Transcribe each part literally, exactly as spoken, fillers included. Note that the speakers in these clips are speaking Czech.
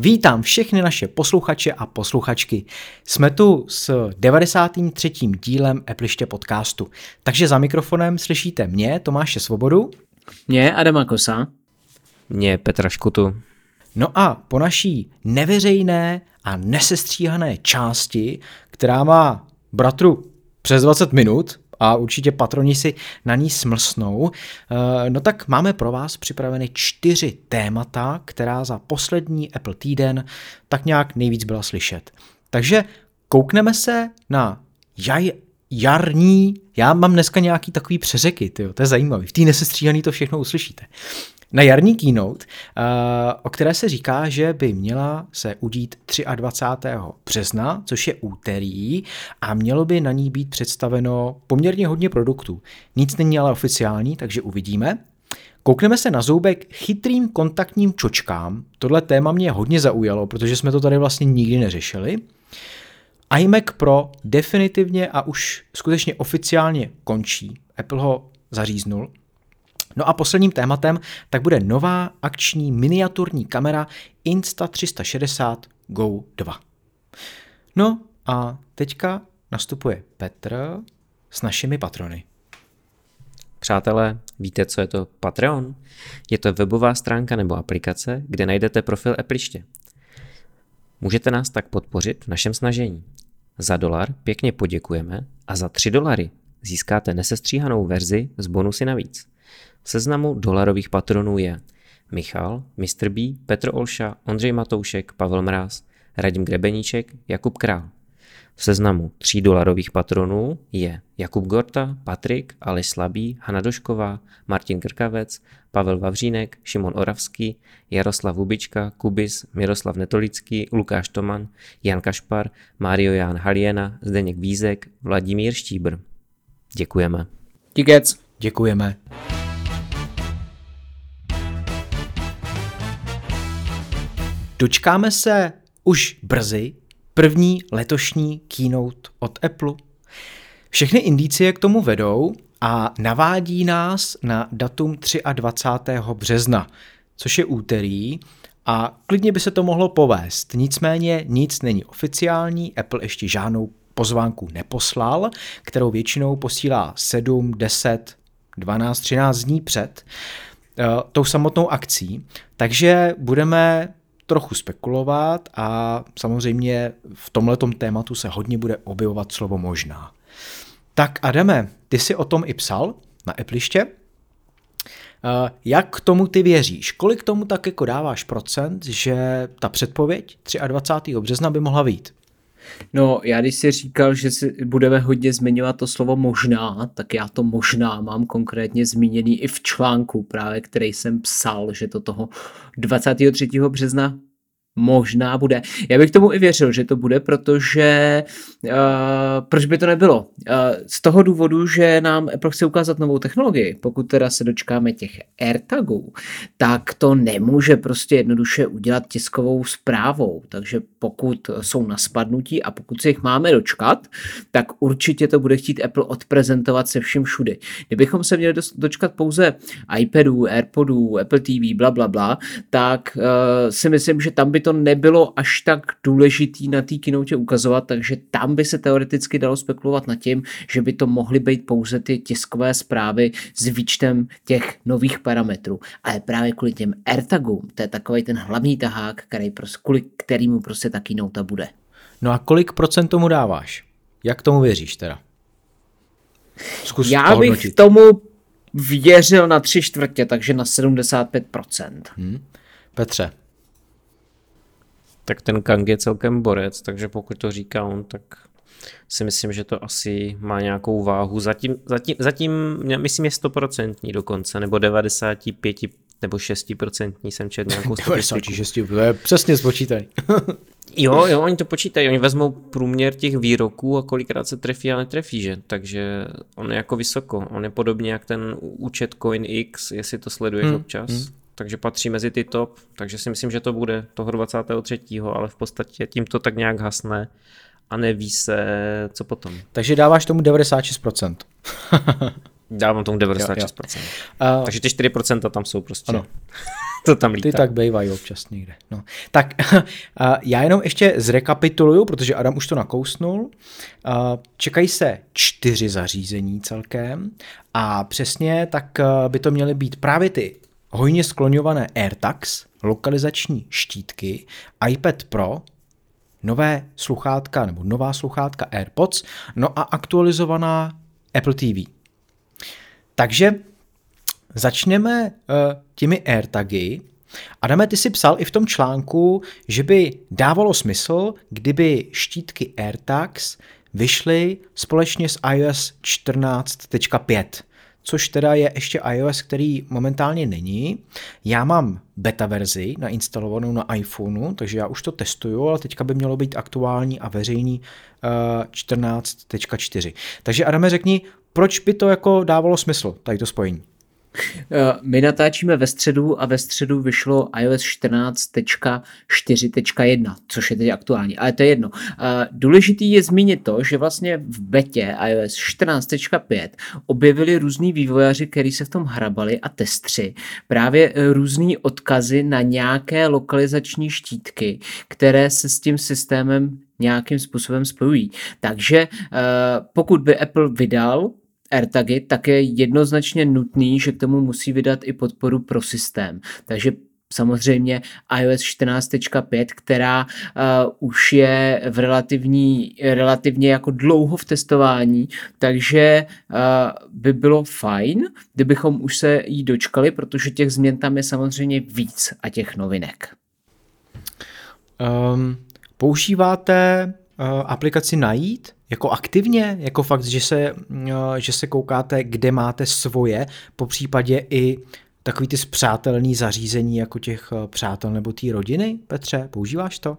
Vítám všechny naše posluchače a posluchačky. Jsme tu s devadesátým třetím dílem Appliště podcastu. Takže za mikrofonem slyšíte mě, Tomáše Svobodu. Mě, Adama Kosa. Mě, Petra Škutu. No a po naší neveřejné a nesestříhané části, která má, bratru, přes dvacet minut a určitě patroni si na ní smlsnou, no tak máme pro vás připraveny čtyři témata, která za poslední Apple týden tak nějak nejvíc byla slyšet. Takže koukneme se na jaj, jarní, já mám dneska nějaký takový přeřeky, tyjo, to je zajímavý, v té nesestříhaný to všechno uslyšíte. Na jarní keynote, o které se říká, že by měla se udít dvacátého třetího března, což je úterý, a mělo by na ní být představeno poměrně hodně produktů. Nic není ale oficiální, takže uvidíme. Koukneme se na zoubek chytrým kontaktním čočkám. Tohle téma mě hodně zaujalo, protože jsme to tady vlastně nikdy neřešili. iMac Pro definitivně a už skutečně oficiálně končí. Apple ho zaříznul. No a posledním tématem tak bude nová akční miniaturní kamera Insta tři sta šedesát Go dva. No a teďka nastupuje Petr s našimi patrony. Přátelé, víte, co je to Patreon? Je to webová stránka nebo aplikace, kde najdete profil Appliště. Můžete nás tak podpořit v našem snažení. Za dolar pěkně poděkujeme a za tři dolary získáte nesestříhanou verzi s bonusy navíc. V seznamu dolarových patronů je Michal, mister B, Petr Olša, Ondřej Matoušek, Pavel Mráz, Radim Grebeníček, Jakub Král. V seznamu tří dolarových patronů je Jakub Gorta, Patrik, Aleš Slabý, Hana Došková, Martin Krkavec, Pavel Vavřínek, Šimon Oravský, Jaroslav Hubička, Kubis, Miroslav Netolický, Lukáš Toman, Jan Kašpar, Mário Ján Haliena, Zdeněk Vízek, Vladimír Štíbr. Děkujeme. Díkec. Děkujeme. Dočkáme se už brzy první letošní keynote od Apple. Všechny indicie k tomu vedou a navádí nás na datum dvacátého třetího března, což je úterý a klidně by se to mohlo povést. Nicméně nic není oficiální, Apple ještě žádnou pozvánku neposlal, kterou většinou posílá sedm, deset, dvanáct, třináct dní před uh, tou samotnou akcí, takže budeme trochu spekulovat a samozřejmě v tomhletom tématu se hodně bude objevovat slovo možná. Tak Adame, ty jsi o tom i psal na Appliště. Jak k tomu ty věříš? Kolik tomu tak jako dáváš procent, že ta předpověď dvacátého třetího března by mohla vyjít? No, já když si říkal, že si budeme hodně zmiňovat to slovo možná, tak já to možná mám konkrétně zmíněný i v článku právě, který jsem psal, že to toho dvacátého třetího března možná bude. Já bych tomu i věřil, že to bude, protože uh, proč by to nebylo? Uh, z toho důvodu, že nám Apple chce ukázat novou technologii. Pokud teda se dočkáme těch AirTagů, tak to nemůže prostě jednoduše udělat tiskovou zprávou. Takže pokud jsou na spadnutí a pokud se jich máme dočkat, tak určitě to bude chtít Apple odprezentovat se vším všudy. Kdybychom se měli dočkat pouze iPadů, AirPodů, Apple T V, bla, bla, bla, tak uh, si myslím, že tam by to nebylo až tak důležitý na té keynote ukazovat, takže tam by se teoreticky dalo spekulovat nad tím, že by to mohly být pouze ty tiskové zprávy s výčtem těch nových parametrů. Ale právě kvůli těm AirTagům, to je takový ten hlavní tahák, který prostě, kvůli kterému prostě ta keynote bude. No a kolik procent tomu dáváš? Jak tomu věříš teda? Zkus Já pohodnotit. bych tomu věřil na tři čtvrtě, takže na sedmdesát pět procent. Hmm. Petře. Tak ten Kang je celkem borec, takže pokud to říká on, tak si myslím, že to asi má nějakou váhu. Zatím, zatím, zatím myslím je stoprocentní dokonce, nebo devadesát pět nebo šest procent jsem četl nějakou statistiku. devadesát šest, to je přesně spočítají. Jo, jo, oni to počítají, oni vezmou průměr těch výroků a kolikrát se trefí a netrefí, že? Takže on je jako vysoko, on je podobně jak ten účet CoinX, jestli to sleduješ hmm. občas. Hmm. Takže patří mezi ty top, takže si myslím, že to bude toho dvacátého třetího, ale v podstatě tím to tak nějak hasne a neví se, co potom. Takže dáváš tomu devadesát šest procent. Dávám tomu devadesát šest procent. Jo, jo. Uh, Takže ty čtyři procenta tam jsou prostě. Ano. To tam lítá. Ty tak bývají občas někde. No. Tak uh, já jenom ještě zrekapituluju, protože Adam už to nakousnul. Uh, čekají se čtyři zařízení celkem a přesně tak uh, by to měly být právě ty hojně skloňované AirTags, lokalizační štítky, iPad Pro, nové sluchátka nebo nová sluchátka AirPods, no a aktualizovaná Apple T V. Takže začneme uh, těmi AirTagy. Adame, ty si psal i v tom článku, že by dávalo smysl, kdyby štítky AirTags vyšly společně s iOS čtrnáct tečka pět, což teda je ještě iOS, který momentálně není. Já mám beta verzi nainstalovanou na iPhoneu, takže já už to testuju, ale teďka by mělo být aktuální a veřejný uh, čtrnáct tečka čtyři. Takže Adame, řekni, proč by to jako dávalo smysl, tady to spojení? My natáčíme ve středu a ve středu vyšlo iOS čtrnáct tečka čtyři tečka jedna, což je teď aktuální, ale to je jedno. Důležitý je zmínit to, že vlastně v betě iOS čtrnáct tečka pět objevili různý vývojáři, kteří se v tom hrabali a testři. Právě různý odkazy na nějaké lokalizační štítky, které se s tím systémem nějakým způsobem spojují. Takže pokud by Apple vydal AirTagy, tak je jednoznačně nutný, že k tomu musí vydat i podporu pro systém. Takže samozřejmě iOS čtrnáct tečka pět, která uh, už je v relativní, relativně jako dlouho v testování, takže uh, by bylo fajn, kdybychom už se jí dočkali, protože těch změn tam je samozřejmě víc a těch novinek. Um, používáte uh, aplikaci Najít? Jako aktivně? Jako fakt, že se, že se koukáte, kde máte svoje, po případě i takový ty spřátelný zařízení jako těch přátel nebo té rodiny? Petře, používáš to?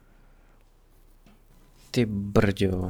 Ty brďo.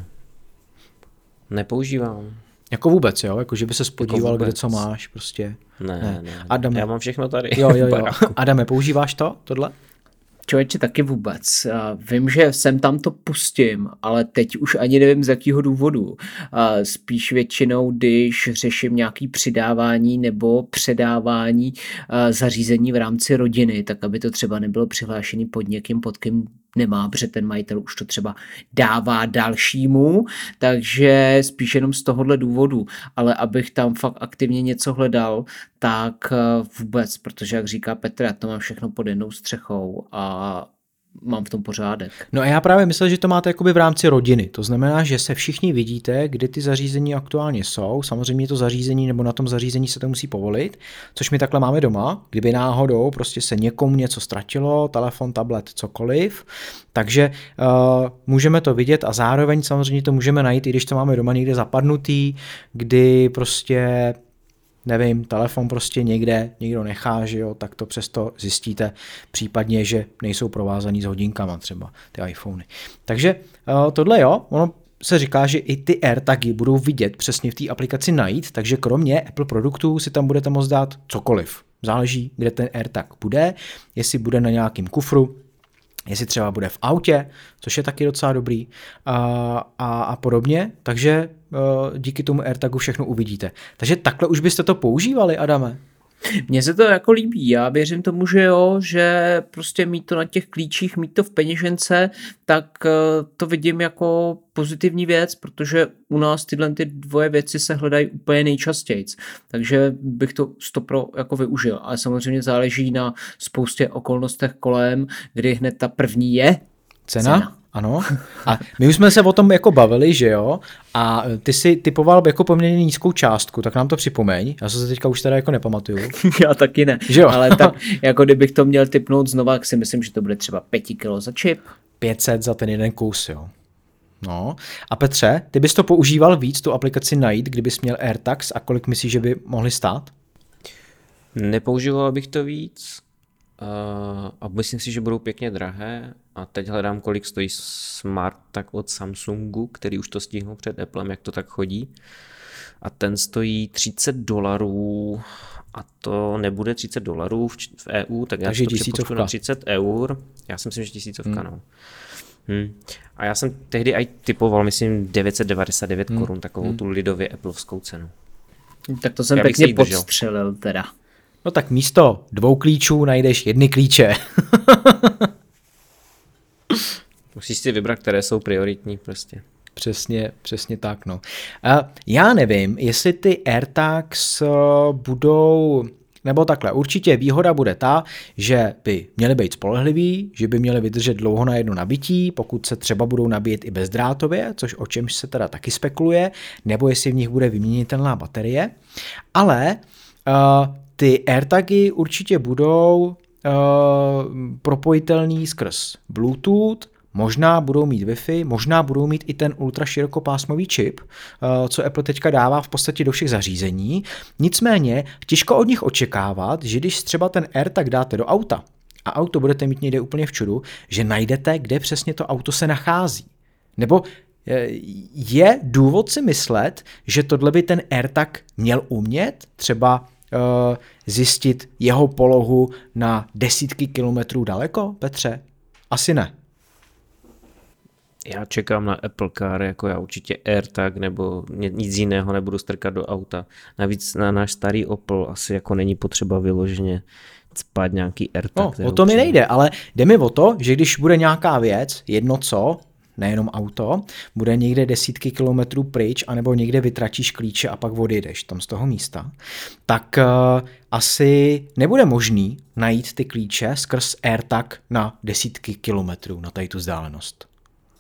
Nepoužívám. Jako vůbec, jo? Jako, že by se spodíval, jako kde co máš, prostě. Ne, ne. ne. Adame. Já mám všechno tady. Jo, jo, jo. Adame, používáš to, tohle? Člověče, taky vůbec. Vím, že sem tam to pustím, ale teď už ani nevím z jakého důvodu. Spíš většinou, když řeším nějaké přidávání nebo předávání zařízení v rámci rodiny, tak aby to třeba nebylo přihlášené pod někým, pod kým nemá, protože ten majitel už to třeba dává dalšímu, takže spíš jenom z tohohle důvodu, ale abych tam fakt aktivně něco hledal, tak vůbec, protože jak říká Petr, já to mám všechno pod jednou střechou a mám v tom pořádek. No a já právě myslel, že to máte jakoby v rámci rodiny. To znamená, že se všichni vidíte, kde ty zařízení aktuálně jsou. Samozřejmě to zařízení nebo na tom zařízení se to musí povolit, což my takhle máme doma. Kdyby náhodou prostě se někomu něco ztratilo, telefon, tablet, cokoliv, takže uh, můžeme to vidět a zároveň samozřejmě to můžeme najít, i když to máme doma někde zapadnutý, kdy prostě nevím, telefon prostě někde někdo nechá, že jo, tak to přesto zjistíte, případně, že nejsou provázaný s hodinkama třeba ty iPhony. Takže uh, tohle jo, ono se říká, že i ty AirTagy budou vidět přesně v té aplikaci Najít, takže kromě Apple produktů si tam budete moct dát cokoliv. Záleží, kde ten AirTag bude, jestli bude na nějakém kufru, jestli třeba bude v autě, což je taky docela dobrý a, a, a podobně, takže uh, díky tomu AirTagu všechno uvidíte. Takže takhle už byste to používali, Adame? Mně se to jako líbí, já věřím tomu, že jo, že prostě mít to na těch klíčích, mít to v peněžence, tak to vidím jako pozitivní věc, protože u nás tyhle ty dvoje věci se hledají úplně nejčastěji, takže bych to stopro jako využil, ale samozřejmě záleží na spoustě okolnostech kolem, kdy hned ta první je cena. cena. Ano. A my už jsme se o tom jako bavili, že jo? A ty si typoval jako poměrně nízkou částku, tak nám to připomeň. Já se teďka už teda jako nepamatuju. Já taky ne. Že jo? Ale tak jako kdybych to měl tipnout znova, tak si myslím, že to bude třeba pět kilo za čip. pět set za ten jeden kus, jo. No. A Petře, ty bys to používal víc, tu aplikaci Najít, kdybys měl AirTags a kolik myslíš, že by mohly stát? Nepoužíval bych to víc. Uh, a myslím si, že budou pěkně drahé a teď hledám, kolik stojí Smart tak od Samsungu, který už to stihnul před Applem, jak to tak chodí, a ten stojí třicet dolarů a to nebude třicet dolarů v, v E U, tak já Takže to přepočtu na třicet eur, já si myslím, že tisícovka, hmm. no. Hmm. A já jsem tehdy aj typoval, myslím, devět set devadesát devět hmm. korun, takovou hmm. tu lidově applovskou cenu. Tak to jsem Já bych si pěkně jich držel. podstřelil teda. No tak místo dvou klíčů najdeš jedny klíče. Musíš si vybrat, které jsou prioritní prostě. Přesně, přesně tak, no. A já nevím, jestli ty AirTags uh, budou, nebo takhle, určitě výhoda bude ta, že by měly být spolehlivý, že by měly vydržet dlouho na jedno nabití, pokud se třeba budou nabíjet i bezdrátově, což o čemž se teda taky spekuluje, nebo jestli v nich bude vyměnitelná baterie, ale uh, ty AirTagy určitě budou uh, propojitelný skrz Bluetooth, možná budou mít Wi-Fi, možná budou mít i ten ultraširokopásmový čip, co Apple teďka dává v podstatě do všech zařízení. Nicméně těžko od nich očekávat, že když třeba ten AirTag dáte do auta a auto budete mít někde úplně v čudu, že najdete, kde přesně to auto se nachází. Nebo je důvod si myslet, že tohle by ten AirTag měl umět, třeba uh, zjistit jeho polohu na desítky kilometrů daleko, Petře? Asi ne. Já čekám na Apple Car, jako já určitě AirTag nebo nic jiného nebudu strkat do auta. Navíc na náš starý Opel asi jako není potřeba vyloženě cpat nějaký AirTag. No, o to mi nejde, ale jde mi o to, že když bude nějaká věc, jedno co, nejenom auto, bude někde desítky kilometrů pryč, anebo někde vytratíš klíče a pak odjedeš tam z toho místa, tak uh, asi nebude možný najít ty klíče skrz AirTag na desítky kilometrů na tady tu vzdálenost.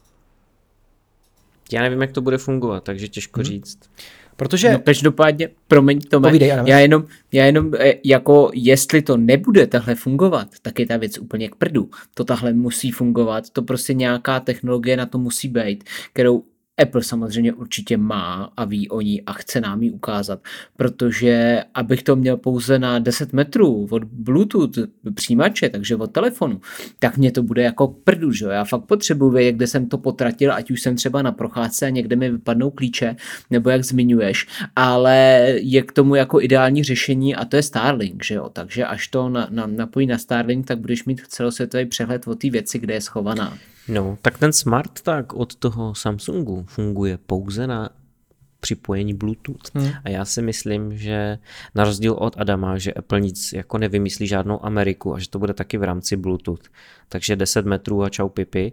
Já nevím, jak to bude fungovat, takže těžko hmm. říct. Protože... No, každopádně, promiň Tome, Povídej, já jenom, já jenom jako jestli to nebude tahle fungovat, tak je ta věc úplně k prdu. To tahle musí fungovat, to prostě nějaká technologie na to musí být, kterou Apple samozřejmě určitě má a ví o ní a chce nám ji ukázat, protože abych to měl pouze na deset metrů od Bluetooth přijímače, takže od telefonu, tak mě to bude jako prdu, že jo? Já fakt potřebuji vědět, kde jsem to potratil, ať už jsem třeba na procházce a někde mi vypadnou klíče, nebo jak zmiňuješ, ale je k tomu jako ideální řešení a to je Starlink, že jo? Takže až to na, na, napojí na Starlink, tak budeš mít celosvětový přehled o té věci, kde je schovaná. No, tak ten Smart Tag od toho Samsungu funguje pouze na připojení Bluetooth. Hmm. A já si myslím, že na rozdíl od Adama, že Apple nic jako nevymyslí žádnou Ameriku a že to bude taky v rámci Bluetooth. Takže deset metrů a čau pipi.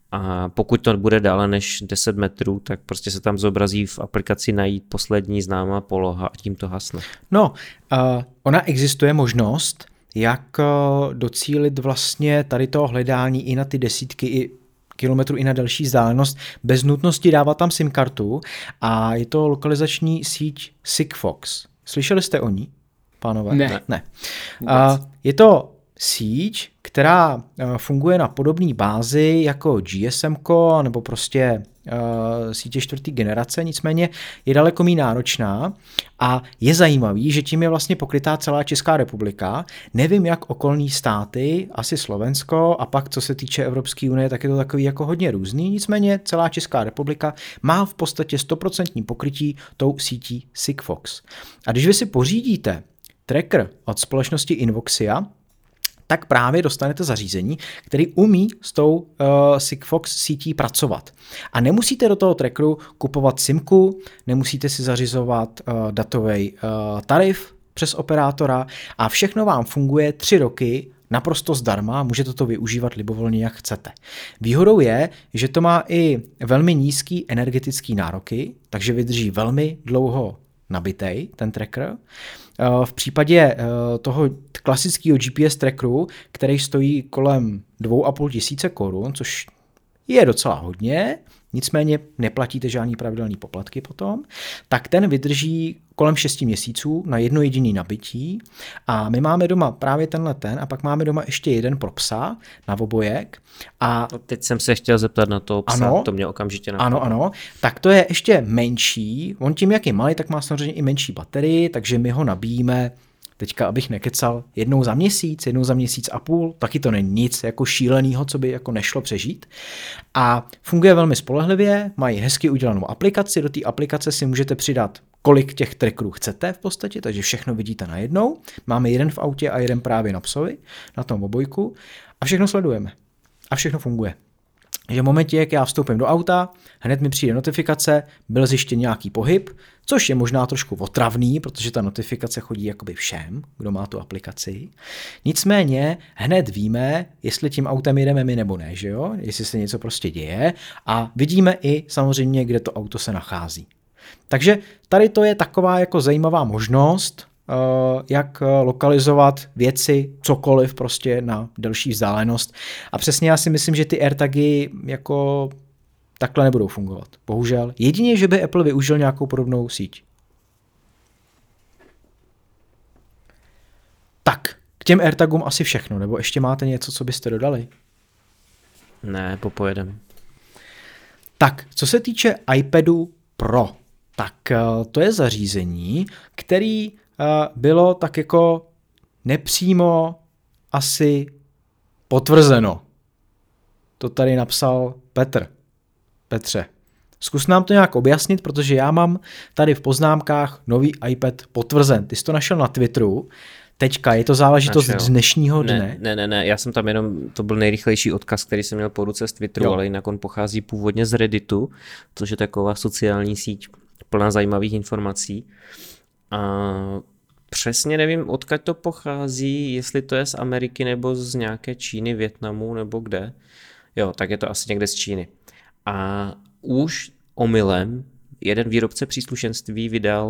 A pokud to bude dále než deset metrů, tak prostě se tam zobrazí v aplikaci najít poslední známá poloha a tím to hasne. No, uh, ona existuje možnost, jak uh, docílit vlastně tady toho hledání i na ty desítky i kilometrů i na delší vzdálenost, bez nutnosti dávat tam SIM kartu a je to lokalizační síť Sigfox. Slyšeli jste o ní, pánové? Ne. ne. Uh, je to síť, která uh, funguje na podobné bázi jako G S M ko nebo prostě uh, sítě čtvrtý generace, nicméně je daleko méně náročná a je zajímavý, že tím je vlastně pokrytá celá Česká republika. Nevím, jak okolní státy, asi Slovensko a pak co se týče Evropské unie, tak je to takový jako hodně různý, nicméně celá Česká republika má v podstatě sto procent pokrytí tou sítí Sigfox. A když vy si pořídíte tracker od společnosti Invoxia, tak právě dostanete zařízení, který umí s tou uh, Sigfox sítí pracovat. A nemusíte do toho trackeru kupovat simku, nemusíte si zařizovat uh, datový uh, tarif přes operátora a všechno vám funguje tři roky naprosto zdarma, můžete to využívat libovolně, jak chcete. Výhodou je, že to má i velmi nízký energetický nároky, takže vydrží velmi dlouho nabitej, ten tracker. V případě toho klasického G P S trackeru, který stojí kolem dvou a půl tisíce korun, což je docela hodně, nicméně neplatíte žádný pravidelný poplatky potom, tak ten vydrží kolem šesti měsíců na jedno jediné nabití a my máme doma právě tenhle ten a pak máme doma ještě jeden pro psa na obojek. A no, teď jsem se chtěl zeptat na toho psa, ano, to mě okamžitě napadlo. Ano, ano, tak to je ještě menší, on tím, jak je malý, tak má samozřejmě i menší baterii, takže my ho nabíjíme teďka, abych nekecal, jednou za měsíc, jednou za měsíc a půl, taky to není nic jako šílenýho, co by jako nešlo přežít. A funguje velmi spolehlivě, mají hezky udělanou aplikaci, do té aplikace si můžete přidat, kolik těch trackerů chcete v podstatě, takže všechno vidíte najednou. Máme jeden v autě a jeden právě na psovi, na tom obojku a všechno sledujeme. A všechno funguje. že v momentě, jak já vstoupím do auta, hned mi přijde notifikace, byl zjištěn nějaký pohyb, což je možná trošku otravný, protože ta notifikace chodí jakoby všem, kdo má tu aplikaci. Nicméně hned víme, jestli tím autem jedeme my nebo ne, že jo? Jestli se něco prostě děje a vidíme i samozřejmě, kde to auto se nachází. Takže tady to je taková jako zajímavá možnost, jak lokalizovat věci, cokoliv prostě na delší vzdálenost. A přesně já si myslím, že ty AirTagy jako takhle nebudou fungovat. Bohužel. Jedině, že by Apple využil nějakou podobnou síť. Tak, k těm AirTagům asi všechno, nebo ještě máte něco, co byste dodali? Ne, popojedem. Tak, co se týče iPadu Pro, tak to je zařízení, který bylo tak jako nepřímo asi potvrzeno. To tady napsal Petr. Petře, zkus nám to nějak objasnit, protože já mám tady v poznámkách nový iPad potvrzen. Ty jsi to našel na Twitteru. Teďka, je to záležitost z dnešního dne? Ne, ne, ne, ne, já jsem tam jenom, to byl nejrychlejší odkaz, který jsem měl po ruce z Twitteru, jo. Ale jinak on pochází původně z Redditu, což je taková sociální síť plná zajímavých informací. A přesně nevím, odkud to pochází, jestli to je z Ameriky nebo z nějaké Číny, Vietnamu nebo kde. Jo, tak je to asi někde z Číny. A už omylem jeden výrobce příslušenství vydal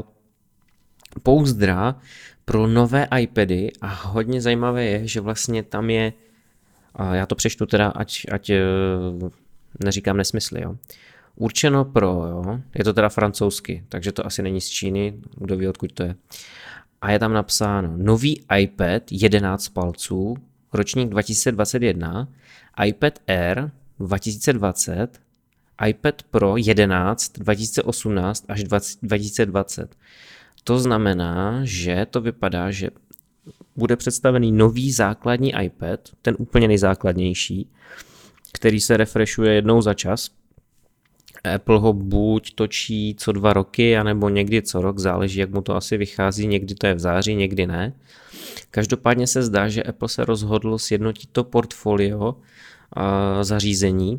pouzdra pro nové iPady a hodně zajímavé je, že vlastně tam je, a já to přečtu teda, ať, ať neříkám nesmysly, jo. Určeno pro, jo, je to teda francouzsky, takže to asi není z Číny, kdo ví, odkud to je. A je tam napsáno nový iPad jedenáct palců, ročník dva tisíce dvacet jedna, iPad Air dva tisíce dvacet, iPad Pro jedenáct dva tisíce osmnáct až dva tisíce dvacet. To znamená, že to vypadá, že bude představený nový základní iPad, ten úplně nejzákladnější, který se refreshuje jednou za čas. Apple ho buď točí co dva roky, anebo někdy co rok, záleží, jak mu to asi vychází, někdy to je v září, někdy ne. Každopádně se zdá, že Apple se rozhodl sjednotit to portfolio a zařízení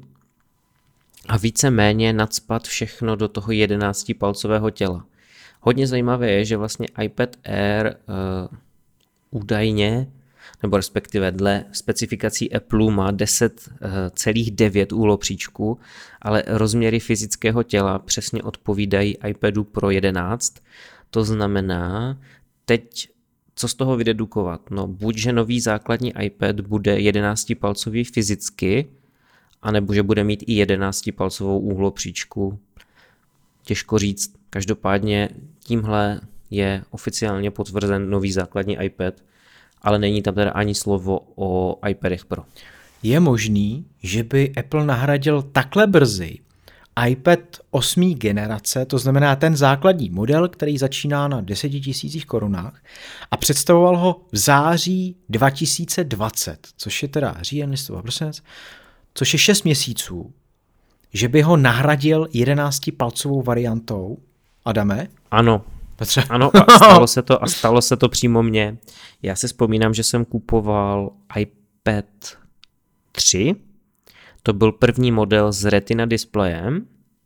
a víceméně nacpat všechno do toho jedenáctipalcového těla. Hodně zajímavé je, že vlastně iPad Air uh, údajně, nebo respektive dle specifikací Apple má deset celá devět úhlopříčků, ale rozměry fyzického těla přesně odpovídají iPadu Pro jedenáct. To znamená, teď co z toho vydedukovat? No buď, že nový základní iPad bude jedenáctipalcový fyzicky, anebo že bude mít i jedenáctipalcovou úhlopříčku. Těžko říct. Každopádně tímhle je oficiálně potvrzen nový základní iPad, ale není tam teda ani slovo o iPadech Pro. Je možný, že by Apple nahradil takhle brzy iPad osmé generace, to znamená ten základní model, který začíná na deset tisíc korunách a představoval ho v září dva tisíce dvacet, což je teda říjen, listopad, prosinec, což je šest měsíců, že by ho nahradil jedenáctipalcovou variantou. Adame? Ano. Petře? Ano, a stalo se to a stalo se to přímo mně. Já si vzpomínám, že jsem kupoval iPad tři. To byl první model s Retina displejem.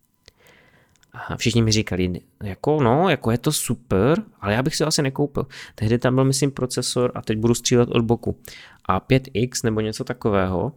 A všichni mi říkali, jako no, jako je to super, ale já bych si ho asi nekoupil. Tehdy tam byl, myslím, procesor, a teď budu střílet od boku, A pět X nebo něco takového.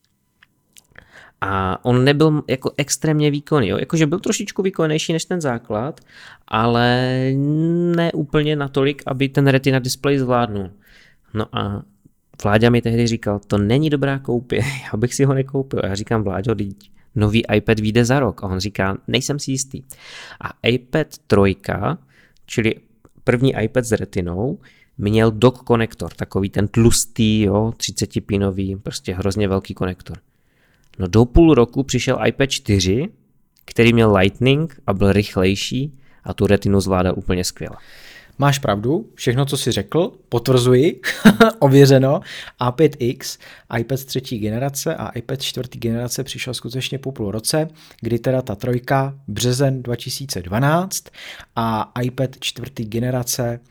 A on nebyl jako extrémně výkonný, jo? Jakože byl trošičku výkonnější než ten základ, ale ne úplně natolik, aby ten Retina display zvládnul. No a Vláďa mi tehdy říkal, to není dobrá koupě, já bych si ho nekoupil. A já říkám, Vláďo, nový iPad vyjde za rok. A on říká, nejsem si jistý. A iPad tři, čili první iPad s Retinou, měl dock konektor, takový ten tlustý, jo, třicetipínový, prostě hrozně velký konektor. No do půl roku přišel iPad čtyři, který měl Lightning a byl rychlejší a tu Retinu zvládal úplně skvěle. Máš pravdu, všechno, co jsi řekl, potvrzuji, ověřeno. A pět X, iPad třetí generace a iPad čtvrtý generace přišel skutečně po půl roce, kdy teda ta trojka březen dva tisíce dvanáct a iPad čtvrtý generace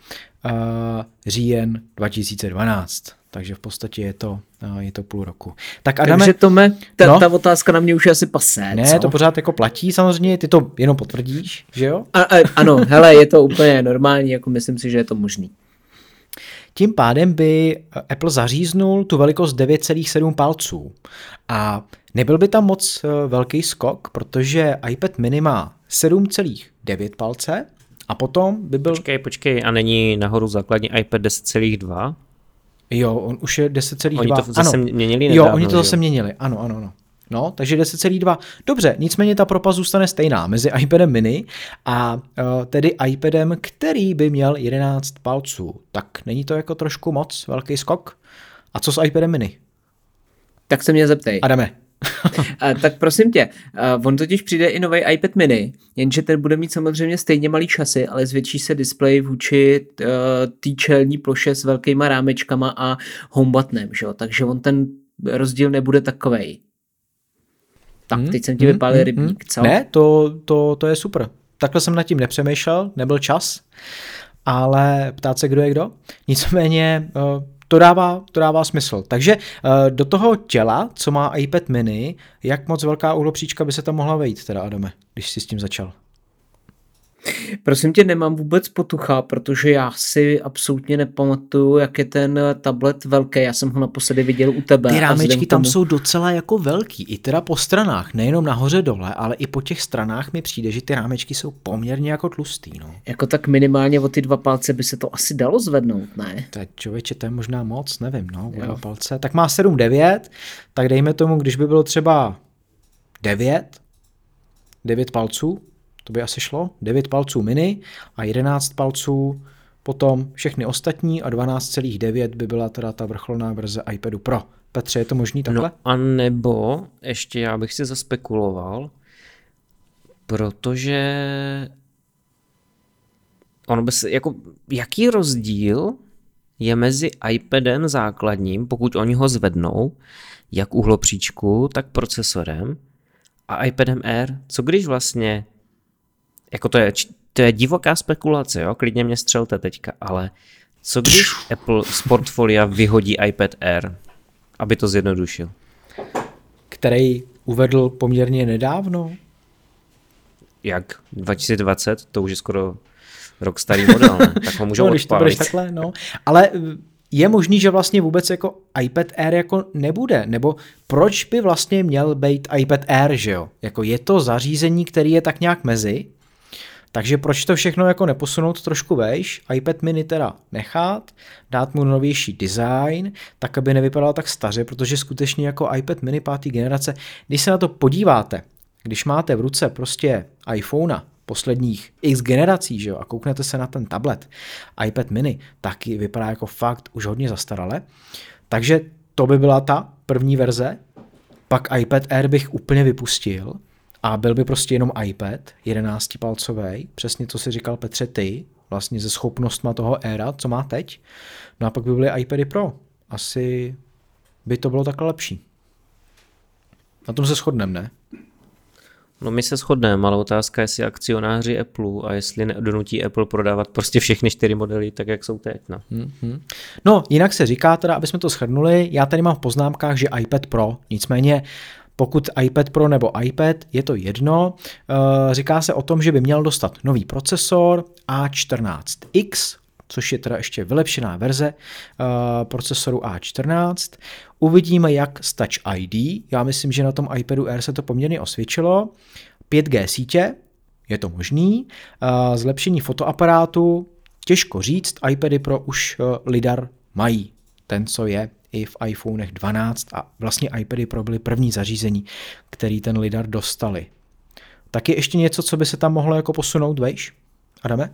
říjen dva tisíce dvanáct. Takže v podstatě je to, uh, je to půl roku. Tak Adame, takže Tome, ta, no, ta otázka na mě už je asi pasé, ne, co? to pořád jako platí samozřejmě, ty to jenom potvrdíš, že jo? A, a, ano, hele, je to úplně normální, jako myslím si, že je to možný. Tím pádem by Apple zaříznul tu velikost devět celá sedm palců a nebyl by tam moc velký skok, protože iPad mini má sedm celá devět palce a potom by byl... Počkej, počkej, a není nahoru základní iPad deset celá dva? Jo, on už je deset celá dva. Oni to zase ano. měnili nedávno, Jo, oni to zase jo? měnili, ano, ano, ano. No, takže deset celá dva. Dobře, nicméně ta propast zůstane stejná mezi iPadem mini a uh, tedy iPadem, který by měl jedenáct palců. Tak není to jako trošku moc velký skok? A co s iPadem mini? Tak se mě zeptej. Adame. A, tak prosím tě, a, on totiž přijde i nový iPad mini, jenže ten bude mít samozřejmě stejně malý šasy, ale zvětší se displej vůči uh, té čelní ploše s velkýma rámečkama a home buttonem, že jo? Takže on ten rozdíl nebude takovej. Tak, hmm, teď jsem ti hmm, vypálil hmm, rybník, co? Ne, to, to, to je super. Takhle jsem nad tím nepřemýšlel, nebyl čas, ale ptát se, kdo je kdo. Nicméně uh, to dává, to dává smysl. Takže uh, do toho těla, co má iPad mini, jak moc velká úhlopříčka by se tam mohla vejít, teda Adame, když jsi s tím začal? Prosím tě, nemám vůbec potucha, protože já si absolutně nepamatuju, jak je ten tablet velký. Já jsem ho naposledy viděl u tebe. Ty rámečky tam tomu... jsou docela jako velký, i teda po stranách, nejenom nahoře dole, ale i po těch stranách mi přijde, že ty rámečky jsou poměrně jako tlustý. No. Jako tak minimálně o ty dva palce by se to asi dalo zvednout, ne? Tak člověče, to je možná moc, nevím, no, o dva palce. Tak má sedm devět, tak dejme tomu, když by bylo třeba devět, devět palců, to by asi šlo, devět palců mini a jedenáct palců potom všechny ostatní a dvanáct celá devět by byla teda ta vrcholná verze iPadu Pro. Petře, je to možný takhle? No a nebo ještě já bych si zaspekuloval, protože ono by se, jako, jaký rozdíl je mezi iPadem základním, pokud oni ho zvednou, jak uhlopříčku, tak procesorem, a iPadem Air? Co když vlastně, jako to je, to je divoká spekulace, jo? Klidně mě střelte teďka, ale co když Apple z portfolia vyhodí iPad Air, aby to zjednodušil? Který uvedl poměrně nedávno. Jak? dva tisíce dvacet? To už je skoro rok starý model, ne? Tak ho můžou no, odpálit. Když to takhle, no. Ale je možný, že vlastně vůbec jako iPad Air jako nebude, nebo proč by vlastně měl být iPad Air, že jo? Jako je to zařízení, který je tak nějak mezi, takže proč to všechno jako neposunout trošku vejš, iPad mini teda nechat, dát mu novější design, tak aby nevypadal tak staře, protože skutečně jako iPad mini páté generace, když se na to podíváte, když máte v ruce prostě iPhonea posledních x generací, že jo, a kouknete se na ten tablet, iPad mini, taky vypadá jako fakt už hodně zastarale, takže to by byla ta první verze, pak iPad Air bych úplně vypustil, a byl by prostě jenom iPad, jedenáctipalcový, přesně co si říkal Petře ty, vlastně se schopnostma toho Aira, co má teď. No a pak by byly iPady Pro. Asi by to bylo takhle lepší. Na tom se shodneme, ne? No my se shodneme, ale otázka je, jestli akcionáři Apple a jestli donutí Apple prodávat prostě všechny čtyři modely tak, jak jsou teď. No, mm-hmm. no jinak se říká teda, aby jsme to shrnuli, já tady mám v poznámkách, že iPad Pro, nicméně pokud iPad Pro nebo iPad, je to jedno. Říká se o tom, že by měl dostat nový procesor A čtrnáct X, což je teda ještě vylepšená verze procesoru A čtrnáct. Uvidíme, jak s Touch I D. Já myslím, že na tom iPadu Air se to poměrně osvědčilo. pět G sítě, je to možný. Zlepšení fotoaparátu, těžko říct, iPady Pro už lidar mají. Ten, co je i v iPhonech dvanáct a vlastně iPady Pro byly první zařízení, který ten lidar dostali. Tak je ještě něco, co by se tam mohlo jako posunout vejš? Adame?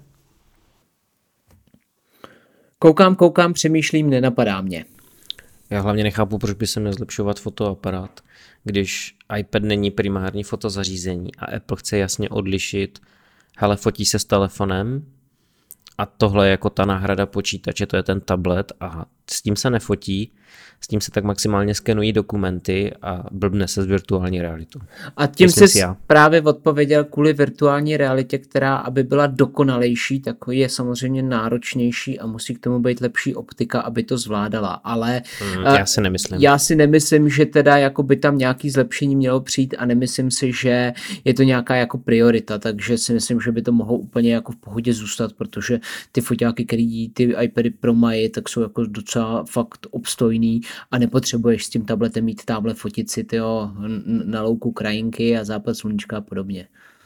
Koukám, koukám, přemýšlím, nenapadá mě. Já hlavně nechápu, proč by se měl zlepšovat fotoaparát, když iPad není primární fotozařízení a Apple chce jasně odlišit, hele, fotí se s telefonem a tohle je jako ta náhrada počítače, to je ten tablet a s tím se nefotí, s tím se tak maximálně skenují dokumenty a blbne se s virtuální realitou. A tím Myslím jsi si já. právě odpověděl kvůli virtuální realitě, která, aby byla dokonalejší, tak je samozřejmě náročnější a musí k tomu být lepší optika, aby to zvládala. Ale Hmm, uh, já si nemyslím. Já si nemyslím, že teda jako by tam nějaký zlepšení mělo přijít a nemyslím si, že je to nějaká jako priorita, takže si myslím, že by to mohlo úplně jako v pohodě zůstat, protože ty foťáky, který ty iPady Pro mají, tak jsou jako docela fakt obstojný a nepotřebuješ s tím tabletem mít táble fotit si tyjo, na louku krajinky a západ sluníčka a podobně.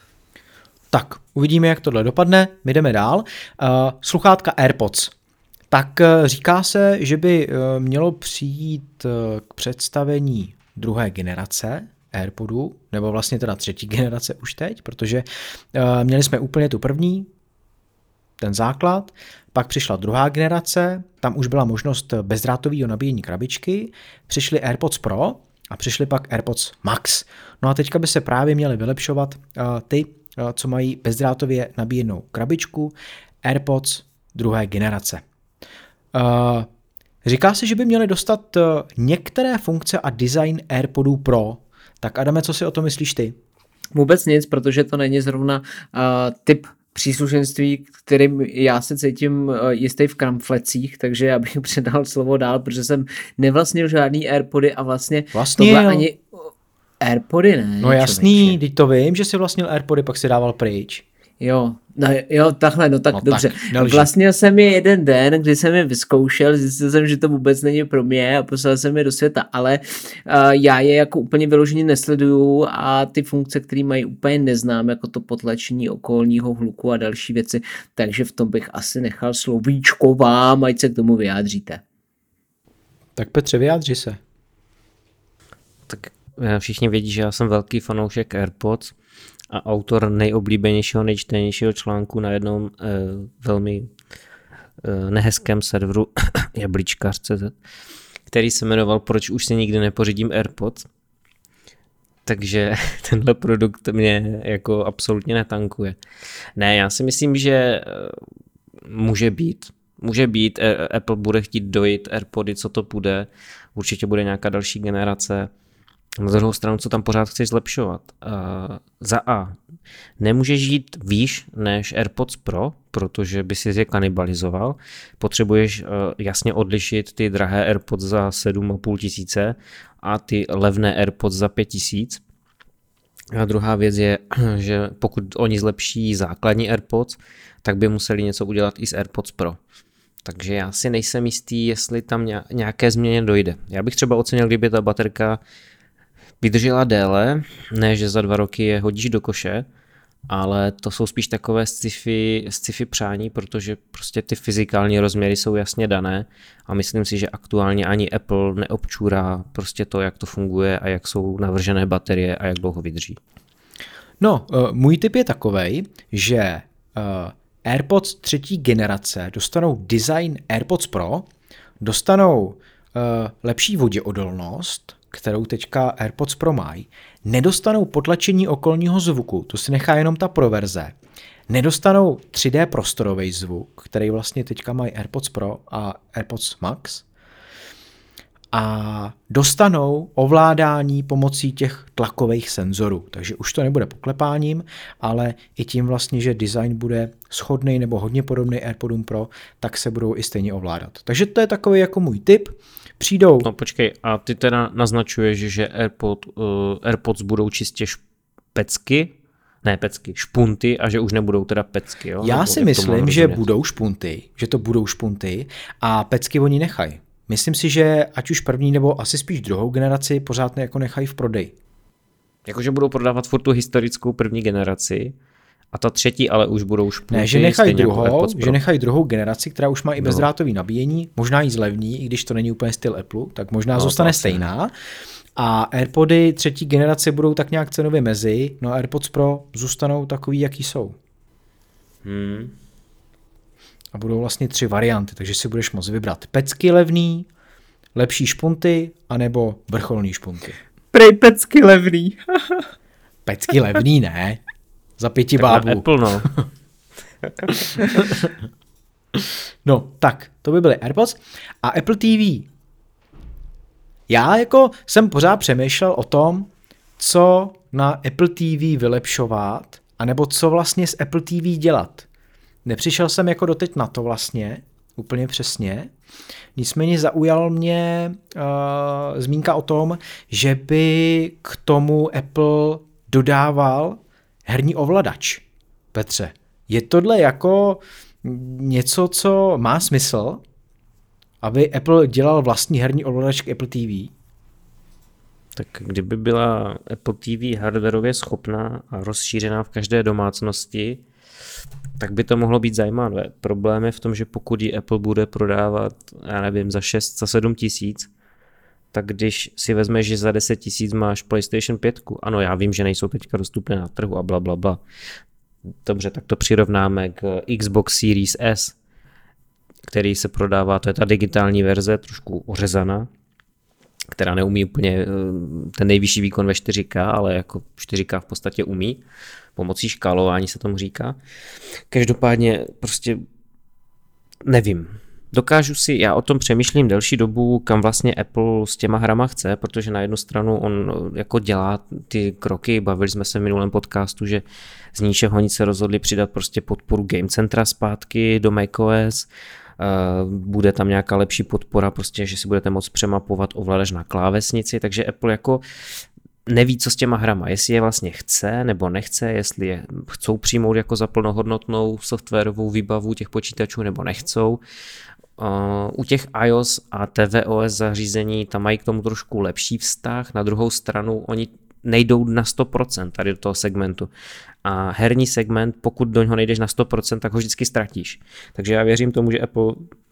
Tak, uvidíme, jak tohle dopadne, my jdeme dál. Uh, sluchátka AirPods. Tak uh, říká se, že by uh, mělo přijít uh, k představení druhé generace AirPodů, nebo vlastně teda třetí generace už teď, protože uh, měli jsme úplně tu první, ten základ, pak přišla druhá generace, tam už byla možnost bezdrátového nabíjení krabičky, přišly AirPods Pro a přišly pak AirPods Max. No a teďka by se právě měly vylepšovat uh, ty, uh, co mají bezdrátově nabíjenou krabičku, AirPods druhé generace. Uh, říká se, že by měly dostat uh, některé funkce a design AirPodů Pro. Tak Adame, co si o to myslíš ty? Vůbec nic, protože to není zrovna uh, typ příslušenství, kterým já se cítím jistý v kramflecích, takže já bych předal slovo dál, protože jsem nevlastnil žádný AirPody a vlastně Vlastnil. tohle ani AirPody ne. No jasný, teď to vím, že jsi vlastnil AirPody, pak si dával pryč. Jo, no, jo, takhle, no tak no dobře. Tak, vlastnil jsem je jeden den, kdy jsem je vyzkoušel, zjistil jsem, že to vůbec není pro mě a poslal jsem je do světa, ale uh, já je jako úplně vyloženě nesleduju a ty funkce, které mají, úplně neznám, jako to potlačení okolního hluku a další věci, takže v tom bych asi nechal slovíčko vám, ať se k tomu vyjádříte. Tak Petře, vyjádři se. Tak všichni vědí, že já jsem velký fanoušek AirPods a autor nejoblíbenějšího, nejčtenějšího článku na jednom eh, velmi eh, nehezkém serveru jablíčkař tečka cé zet, který se jmenoval Proč už si nikdy nepořídím AirPods. Takže tenhle produkt mě jako absolutně netankuje. Ne, já si myslím, že eh, může být. Může být, eh, Apple bude chtít dojít AirPody, co to bude. Určitě bude nějaká další generace. Na druhou stranu, co tam pořád chceš zlepšovat? Uh, za A. Nemůžeš jít výš než AirPods Pro, protože by si je kanibalizoval. Potřebuješ uh, jasně odlišit ty drahé AirPods za sedm a půl tisíce a ty levné AirPods za pět tisíc. A druhá věc je, že pokud oni zlepší základní AirPods, tak by museli něco udělat i s AirPods Pro. Takže já si nejsem jistý, jestli tam nějaké změně dojde. Já bych třeba ocenil, kdyby ta baterka vydržela déle, ne, že za dva roky je hodíš do koše, ale to jsou spíš takové sci-fi, sci-fi přání, protože prostě ty fyzikální rozměry jsou jasně dané a myslím si, že aktuálně ani Apple neobčůrá prostě to, jak to funguje a jak jsou navržené baterie a jak dlouho vydrží. No, můj tip je takovej, že AirPods třetí generace dostanou design AirPods Pro, dostanou lepší voděodolnost, kterou teďka AirPods Pro mají, nedostanou potlačení okolního zvuku, to si nechá jenom ta Pro verze, nedostanou tři dé prostorový zvuk, který vlastně teďka mají AirPods Pro a AirPods Max, a dostanou ovládání pomocí těch tlakových senzorů, takže už to nebude poklepáním, ale i tím vlastně, že design bude shodný nebo hodně podobný AirPodům Pro, tak se budou i stejně ovládat. Takže to je takový jako můj tip. Přijdou... No počkej, a ty teda naznačuješ, že AirPod, uh, AirPods budou čistě pecky, ne pecky, špunty a že už nebudou teda pecky, jo? Já nebo si myslím, že budou špunty, že to budou špunty a pecky oni nechají. Myslím si, že ať už první nebo asi spíš druhou generaci pořád ne, jako nechají v prodeji. Jakože budou prodávat furt tu historickou první generaci a ta třetí ale už budou špunty. Ne, že nechají druhou, že nechají druhou generaci, která už má i bezdrátový nabíjení, možná i zlevní, i když to není úplně styl Apple, tak možná no, zůstane stejná. A AirPody třetí generace budou tak nějak cenově mezi, no a AirPods Pro zůstanou takový, jaký jsou. Hmm. A budou vlastně tři varianty, takže si budeš moct vybrat pecky levný, lepší špunty, anebo vrcholný špunty. Prej pecky levný. Pecky levný ne, za pěti tak bábů. Apple, no. No, tak, to by byly AirPods a Apple T V. Já jako jsem pořád přemýšlel o tom, co na Apple T V vylepšovat, anebo co vlastně s Apple T V dělat. Nepřišel jsem jako doteď na to vlastně, úplně přesně. Nicméně zaujal mě uh, zmínka o tom, že by k tomu Apple dodával herní ovladač. Petře, je tohle jako něco, co má smysl, aby Apple dělal vlastní herní ovladač k Apple T V? Tak kdyby byla Apple T V hardwarově schopná a rozšířená v každé domácnosti, tak by to mohlo být zajímavé. Problém je v tom, že pokud ji Apple bude prodávat, já nevím, za šest, za sedm tisíc, tak když si vezmeš, že za deset tisíc máš PlayStation pět, ano, já vím, že nejsou teďka dostupné na trhu a bla, bla, bla. Dobře, tak to přirovnáme k Xbox Series S, který se prodává, to je ta digitální verze, trošku ořezaná, která neumí úplně ten nejvyšší výkon ve čtyři ká, ale jako čtyři ká v podstatě umí, pomocí škálování se tomu říká. Každopádně prostě nevím. Dokážu si, já o tom přemýšlím delší dobu, kam vlastně Apple s těma hrama chce, protože na jednu stranu on jako dělá ty kroky, bavili jsme se v minulém podcastu, že z ničeho nic se rozhodli přidat prostě podporu Game Centra zpátky do macOS, Uh, bude tam nějaká lepší podpora, prostě, že si budete moct přemapovat ovladač na klávesnici, takže Apple jako neví, co s těma hrama, jestli je vlastně chce nebo nechce, jestli je chcou přijmout jako za plnohodnotnou softwarovou výbavu těch počítačů nebo nechcou. Uh, u těch iOS a tvOS zařízení tam mají k tomu trošku lepší vztah, na druhou stranu oni nejdou na sto procent tady do toho segmentu. A herní segment, pokud do něho nejdeš na sto procent, tak ho vždycky ztratíš. Takže já věřím tomu, že Apple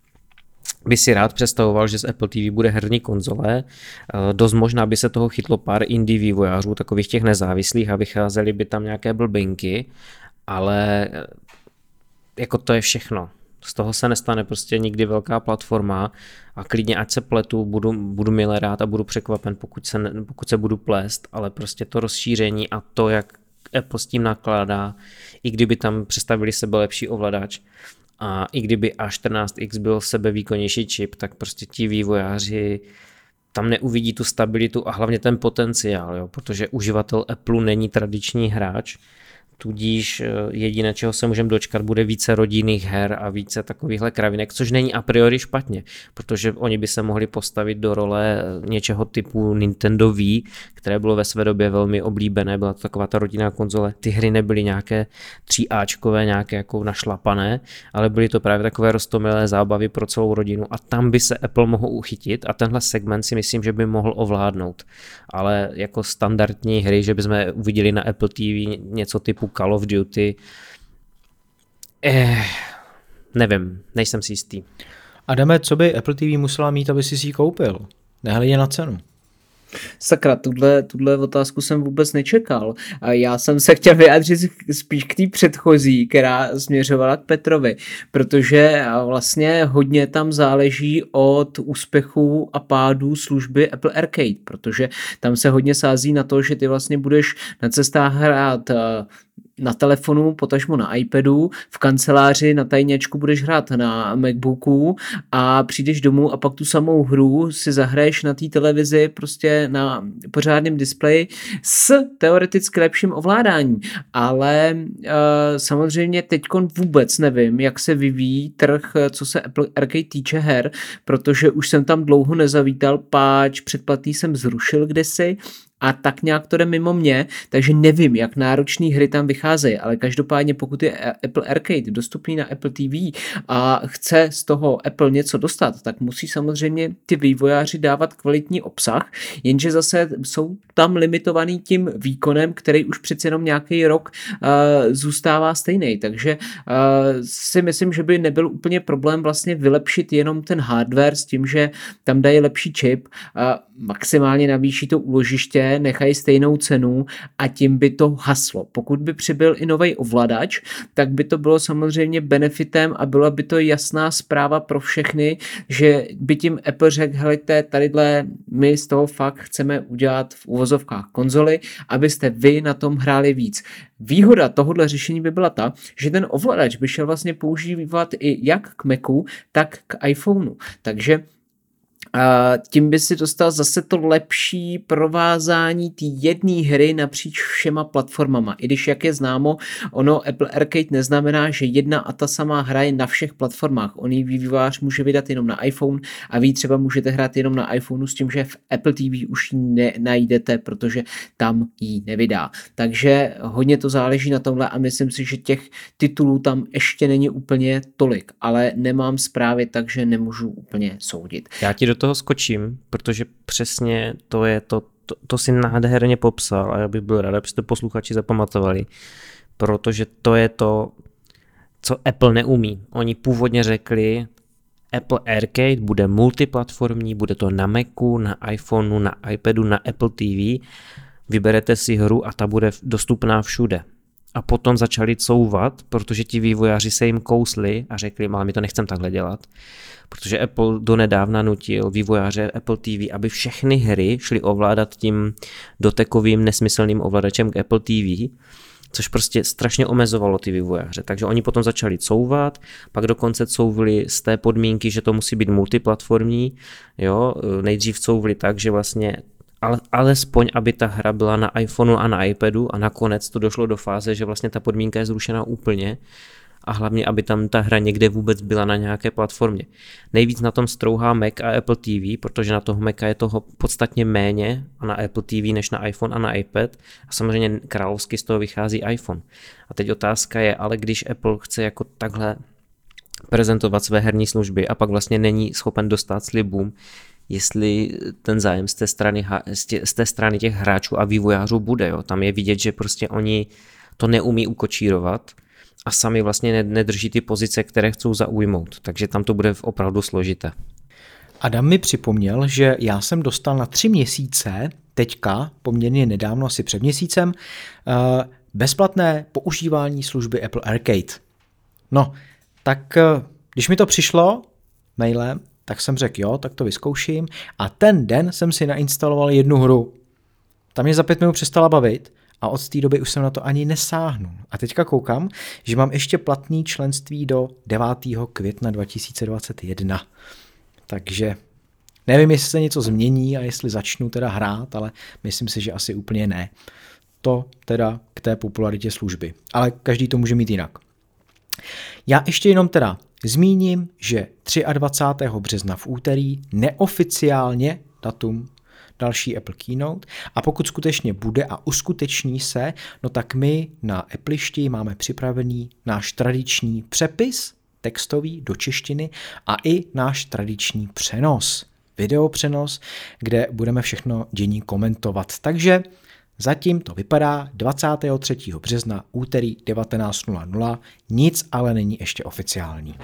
by si rád představoval, že z Apple T V bude herní konzole. Dost možná by se toho chytlo pár indie vývojářů, takových těch nezávislých, a vycházely by tam nějaké blbinky, ale jako to je všechno. Z toho se nestane prostě nikdy velká platforma a klidně ať se pletu, budu, budu milé rád a budu překvapen, pokud se, pokud se budu plést, ale prostě to rozšíření a to, jak Apple s tím nakládá, i kdyby tam představili sebe lepší ovladač a i kdyby A čtrnáct X byl sebevýkonnější čip, tak prostě ti vývojáři tam neuvidí tu stabilitu a hlavně ten potenciál, jo, protože uživatel Apple není tradiční hráč, tudíž jediné, čeho se můžeme dočkat, bude více rodinných her a více takovýchhle kravinek, což není a priori špatně, protože oni by se mohli postavit do role něčeho typu Nintendo Wii, které bylo ve své době velmi oblíbené, byla to taková ta rodinná konzole, ty hry nebyly nějaké tříáčkové, nějaké jako našlapané, ale byly to právě takové roztomilé zábavy pro celou rodinu a tam by se Apple mohl uchytit a tenhle segment si myslím, že by mohl ovládnout, ale jako standardní hry, že bychom uviděli na Apple T V něco typu Call of Duty. Eh, nevím, nejsem si jistý. Adame, co by Apple T V musela mít, aby si ji koupil? Nehledě na cenu. Sakra, tuhle, tuhle otázku jsem vůbec nečekal. A já jsem se chtěl vyjádřit spíš k té předchozí, která směřovala k Petrovi, protože vlastně hodně tam záleží od úspěchu a pádu služby Apple Arcade, protože tam se hodně sází na to, že ty vlastně budeš na cestách hrát na telefonu, potažmo na iPadu, v kanceláři na tajněčku budeš hrát na MacBooku a přijdeš domů a pak tu samou hru si zahraješ na té televizi prostě na pořádném displeji s teoreticky lepším ovládáním. Ale uh, samozřejmě teďkon vůbec nevím, jak se vyvíjí trh, co se Apple Arcade týče her, protože už jsem tam dlouho nezavítal, páč předplatný jsem zrušil kdysi, a tak nějak to jde mimo mě, takže nevím, jak náročné hry tam vycházejí, ale každopádně pokud je Apple Arcade dostupný na Apple T V a chce z toho Apple něco dostat, tak musí samozřejmě ty vývojáři dávat kvalitní obsah, jenže zase jsou tam limitovaný tím výkonem, který už přeci jenom nějaký rok uh, zůstává stejný, takže uh, si myslím, že by nebyl úplně problém vlastně vylepšit jenom ten hardware s tím, že tam dají lepší čip, uh, maximálně navýší to úložiště, prostě nechají stejnou cenu a tím by to haslo. Pokud by přibyl i nový ovladač, tak by to bylo samozřejmě benefitem a byla by to jasná zpráva pro všechny, že by tím Apple řekl, helejte, tadyhle my z toho fakt chceme udělat v uvozovkách konzoli, abyste vy na tom hráli víc. Výhoda tohohle řešení by byla ta, že ten ovladač by šel vlastně používat i jak k Macu, tak k iPhoneu. Takže a tím by si dostal zase to lepší provázání té jedné hry napříč všema platformama. I když, jak je známo, ono Apple Arcade neznamená, že jedna a ta samá hra je na všech platformách. On ji vývojář může vydat jenom na iPhone a vy třeba můžete hrát jenom na iPhoneu s tím, že v Apple T V už ji nenajdete, protože tam ji nevydá. Takže hodně to záleží na tomhle a myslím si, že těch titulů tam ještě není úplně tolik, ale nemám zprávy, takže nemůžu úplně soudit. Já ti do toho skočím, protože přesně to je to, to, to si nádherně popsal a já bych byl rád, abyste posluchači zapamatovali, protože to je to, co Apple neumí. Oni původně řekli, Apple Arcade bude multiplatformní, bude to na Macu, na iPhoneu, na iPadu, na Apple T V, vyberete si hru a ta bude dostupná všude. A potom začali couvat, protože ti vývojáři se jim kousli a řekli, ale my to nechcem takhle dělat. Protože Apple donedávna nutil vývojáře Apple T V, aby všechny hry šly ovládat tím dotekovým nesmyslným ovladačem k Apple T V, což prostě strašně omezovalo ty vývojáře. Takže oni potom začali couvat, pak dokonce couvli z té podmínky, že to musí být multiplatformní. Jo? Nejdřív couvli tak, že vlastně ale alespoň, aby ta hra byla na iPhoneu a na iPadu a nakonec to došlo do fáze, že vlastně ta podmínka je zrušená úplně a hlavně, aby tam ta hra někde vůbec byla na nějaké platformě. Nejvíc na tom strouhá Mac a Apple T V, protože na toho Maca je toho podstatně méně a na Apple T V než na iPhone a na iPad a samozřejmě královsky z toho vychází iPhone. A teď otázka je, ale když Apple chce jako takhle prezentovat své herní služby a pak vlastně není schopen dostat slibům, jestli ten zájem z té strany, z té strany těch hráčů a vývojářů bude. Jo. Tam je vidět, že prostě oni to neumí ukočírovat a sami vlastně nedrží ty pozice, které chcou zaujmout. Takže tam to bude opravdu složité. Adam mi připomněl, že já jsem dostal na tři měsíce, teďka, poměrně nedávno, asi před měsícem, bezplatné používání služby Apple Arcade. No, tak když mi to přišlo mailem, tak jsem řekl, jo, tak to vyzkouším a ten den jsem si nainstaloval jednu hru. Ta mě za pět minut přestala bavit a od té doby už jsem na to ani nesáhnul. A teďka koukám, že mám ještě platný členství do devátého května dva tisíce dvacet jedna. Takže nevím, jestli se něco změní a jestli začnu teda hrát, ale myslím si, že asi úplně ne. To teda k té popularitě služby. Ale každý to může mít jinak. Já ještě jenom teda zmíním, že dvacátého třetího března v úterý neoficiálně datum další Apple Keynote a pokud skutečně bude a uskuteční se, no tak my na Appleišti máme připravený náš tradiční přepis textový do češtiny a i náš tradiční přenos, videopřenos, kde budeme všechno dění komentovat. Takže zatím to vypadá dvacátého třetího března, úterý devatenáct nula nula, nic ale není ještě oficiální.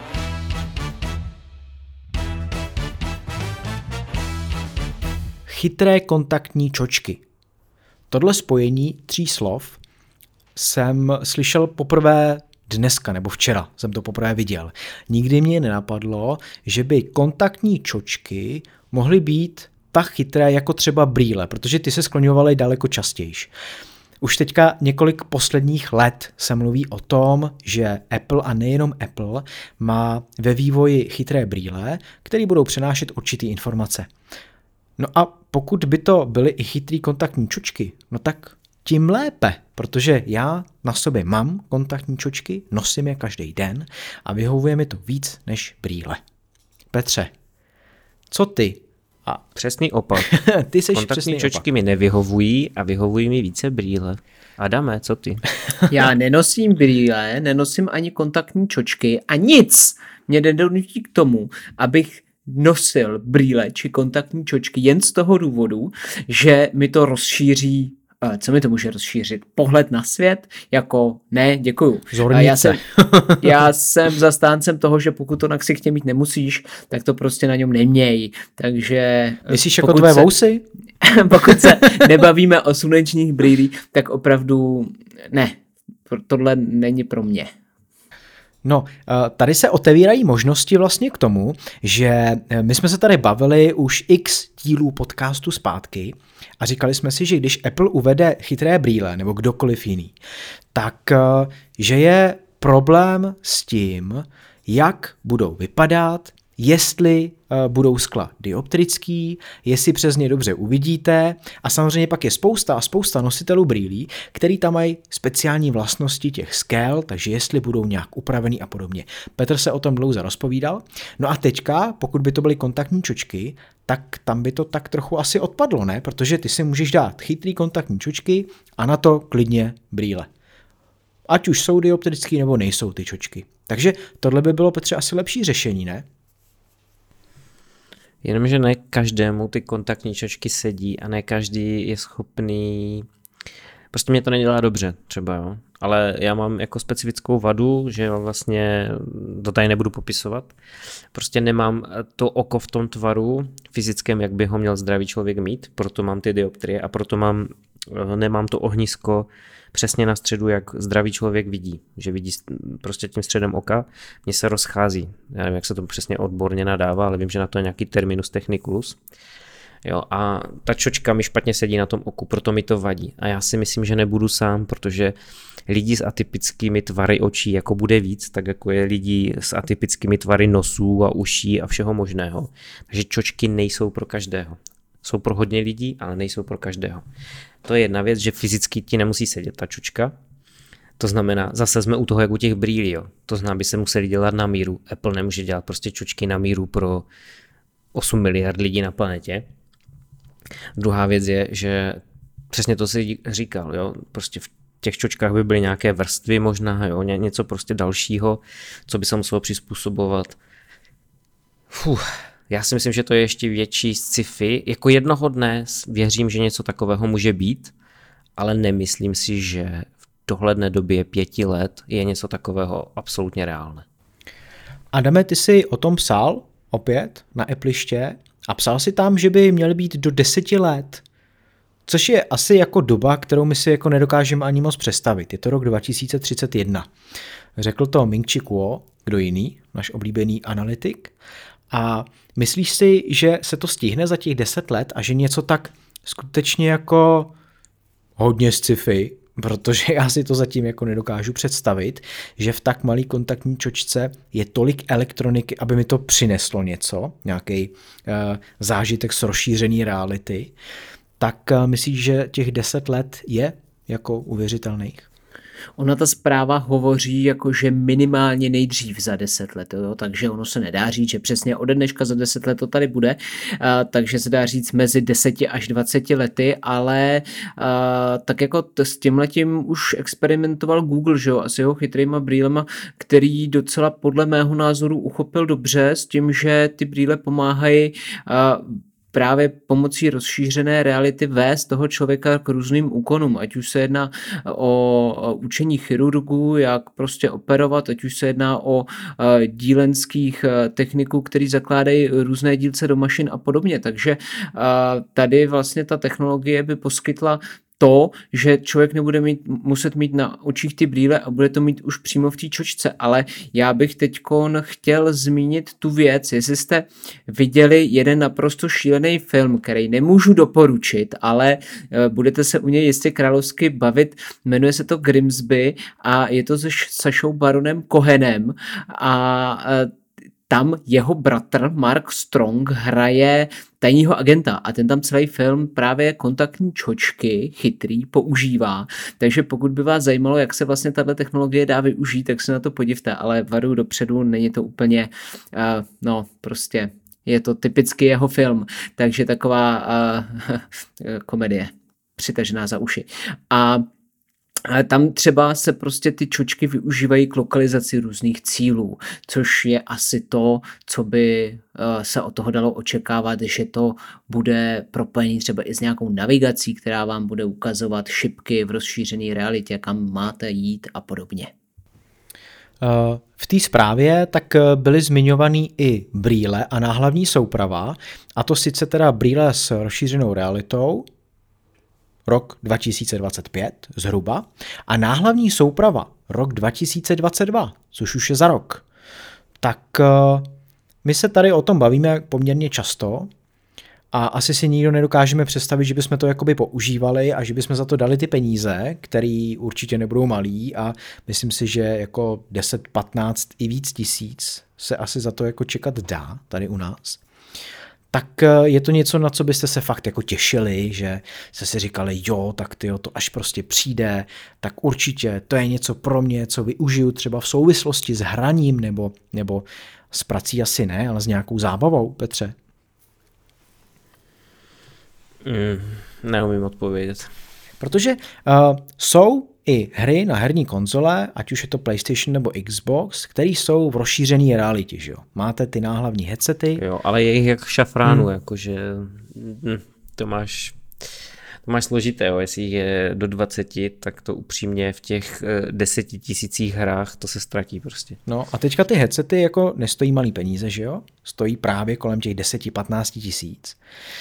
Chytré kontaktní čočky. Tohle spojení tří slov jsem slyšel poprvé dneska nebo včera, jsem to poprvé viděl. Nikdy mě nenapadlo, že by kontaktní čočky mohly být tak chytré jako třeba brýle, protože ty se skloňovaly daleko častějiš. Už teďka několik posledních let se mluví o tom, že Apple a nejenom Apple má ve vývoji chytré brýle, které budou přenášet určité informace. No a pokud by to byly i chytrý kontaktní čočky, no tak tím lépe, protože já na sobě mám kontaktní čočky, nosím je každý den a vyhovuje mi to víc než brýle. Petře, co ty? A přesný opak. Ty seš kontaktní čočky opak. Mi nevyhovují a vyhovují mi více brýle. Adame, co ty? Já nenosím brýle, nenosím ani kontaktní čočky a nic mě nedonutí k tomu, abych nosil brýle či kontaktní čočky jen z toho důvodu, že mi to rozšíří, co mi to může rozšířit? Pohled na svět? Jako ne, děkuju. Zornice. Já jsem, já jsem zastáncem toho, že pokud to na ksichtě mít nemusíš, tak to prostě na něm neměj. Takže myslíš jako tvé se... vousy? pokud se nebavíme o slunečních brýlích, tak opravdu ne, tohle není pro mě. No, tady se otevírají možnosti vlastně k tomu, že my jsme se tady bavili už x dílů podcastu zpátky a říkali jsme si, že když Apple uvede chytré brýle nebo kdokoliv jiný, tak že je problém s tím, jak budou vypadat, jestli budou skla dioptrický, jestli přes ně dobře uvidíte a samozřejmě pak je spousta a spousta nositelů brýlí, který tam mají speciální vlastnosti těch skel, takže jestli budou nějak upravený a podobně. Petr se o tom dlouze rozpovídal. No a teďka, pokud by to byly kontaktní čočky, tak tam by to tak trochu asi odpadlo, ne? Protože ty si můžeš dát chytrý kontaktní čočky a na to klidně brýle. Ať už jsou dioptrický nebo nejsou ty čočky. Takže tohle by bylo, Petře, asi lepší řešení, ne? Jenomže ne každému ty kontaktní čočky sedí a ne každý je schopný, prostě mě to nedělá dobře třeba, jo. Ale já mám jako specifickou vadu, že vlastně to tady nebudu popisovat. Prostě nemám to oko v tom tvaru fyzickém, jak by ho měl zdravý člověk mít, proto mám ty dioptrie a proto mám, nemám to ohnisko přesně na středu, jak zdravý člověk vidí, že vidí prostě tím středem oka, mně se rozchází. Já nevím, jak se to přesně odborně nadává, ale vím, že na to je nějaký terminus techniculus. Jo, a ta čočka mi špatně sedí na tom oku, proto mi to vadí. A já si myslím, že nebudu sám, protože lidí s atypickými tvary očí jako bude víc, tak jako je lidí s atypickými tvary nosů a uší a všeho možného. Takže čočky nejsou pro každého. Jsou pro hodně lidí, ale nejsou pro každého. To je jedna věc, že fyzicky ti nemusí sedět ta čočka. To znamená, zase jsme u toho, jak u těch brýlí. Jo. To znamená, by se museli dělat na míru. Apple nemůže dělat prostě čočky na míru pro osm miliard lidí na planetě. Druhá věc je, že přesně to si říkal, jo. Prostě v těch čočkách by byly nějaké vrstvy možná, jo, něco prostě dalšího, co by se muselo přizpůsobovat. Fuh. Já si myslím, že to je ještě větší sci-fi. Jako jednoho dne věřím, že něco takového může být, ale nemyslím si, že v dohledné době pěti let je něco takového absolutně reálné. Adame, ty jsi o tom psal opět na Appleiště a psal si tam, že by měly být do deseti let, což je asi jako doba, kterou my si jako nedokážeme ani moc představit. Je to rok dva tisíce třicet jedna. Řekl to Ming-Chi Kuo, kdo jiný, náš oblíbený analytik. A myslíš si, že se to stihne za těch deset let a že něco tak skutečně jako hodně sci-fi, protože já si to zatím jako nedokážu představit, že v tak malý kontaktní čočce je tolik elektroniky, aby mi to přineslo něco, nějaký uh, zážitek z rozšířený reality, tak uh, myslíš, že těch deset let je jako uvěřitelných? Ona ta zpráva hovoří jako, že minimálně nejdřív za deset let, jo? Takže ono se nedá říct, že přesně ode dneška za deset let to tady bude, a, takže se dá říct mezi deseti až dvaceti lety, ale a, tak jako t- s tímhletím už experimentoval Google, že jo, a s jeho chytrýma brýlema, který docela podle mého názoru uchopil dobře s tím, že ty brýle pomáhají a, právě pomocí rozšířené reality vést toho člověka k různým úkonům, ať už se jedná o učení chirurgů, jak prostě operovat, ať už se jedná o dílenských techniků, který zakládají různé dílce do mašin a podobně. Takže tady vlastně ta technologie by poskytla to, že člověk nebude mít, muset mít na očích ty brýle a bude to mít už přímo v té čočce, ale já bych teďkon chtěl zmínit tu věc, jestli jste viděli jeden naprosto šílený film, který nemůžu doporučit, ale budete se u něj jistě královsky bavit, jmenuje se to Grimsby a je to se Sašou Baronem Cohenem a tam jeho bratr Mark Strong hraje tajního agenta a ten tam celý film právě kontaktní čočky chytrý používá. Takže pokud by vás zajímalo, jak se vlastně tato technologie dá využít, tak se na to podívejte, ale varuju dopředu, není to úplně, uh, no prostě je to typicky jeho film, takže taková uh, komedie přitažená za uši. A Ale tam třeba se prostě ty čočky využívají k lokalizaci různých cílů, což je asi to, co by se od toho dalo očekávat, že to bude propojený třeba i s nějakou navigací, která vám bude ukazovat šipky v rozšířené realitě, kam máte jít a podobně. V té zprávě tak byly zmiňovaný i brýle a náhlavní souprava, a to sice teda brýle s rozšířenou realitou, rok dva tisíce dvacet pět zhruba, a náhlavní souprava rok dva tisíce dvacet dva, což už je za rok. Tak my se tady o tom bavíme poměrně často a asi si nikdo nedokážeme představit, že bychom to jakoby používali a že bychom za to dali ty peníze, které určitě nebudou malý, a myslím si, že jako deset, patnáct i víc tisíc se asi za to jako čekat dá tady u nás. Tak je to něco, na co byste se fakt jako těšili, že jste si říkali, jo, tak tyjo, to až prostě přijde, tak určitě to je něco pro mě, co využiju třeba v souvislosti s hraním, nebo, nebo s prací asi ne, ale s nějakou zábavou, Petře? Mm, neumím odpovědět. Protože uh, jsou i hry na herní konzole, ať už je to PlayStation nebo Xbox, které jsou v rozšířené realitě, že jo. Máte ty náhlavní headsety. Jo, ale je jich jak šafránu, Hmm. jakože hm, to máš, to máš složité, jo. Jestli je do dvaceti, tak to upřímně v těch eh, desetitisících hrách to se ztratí prostě. No a teďka ty headsety jako nestojí malý peníze, že jo. Stojí právě kolem těch deset patnáct tisíc.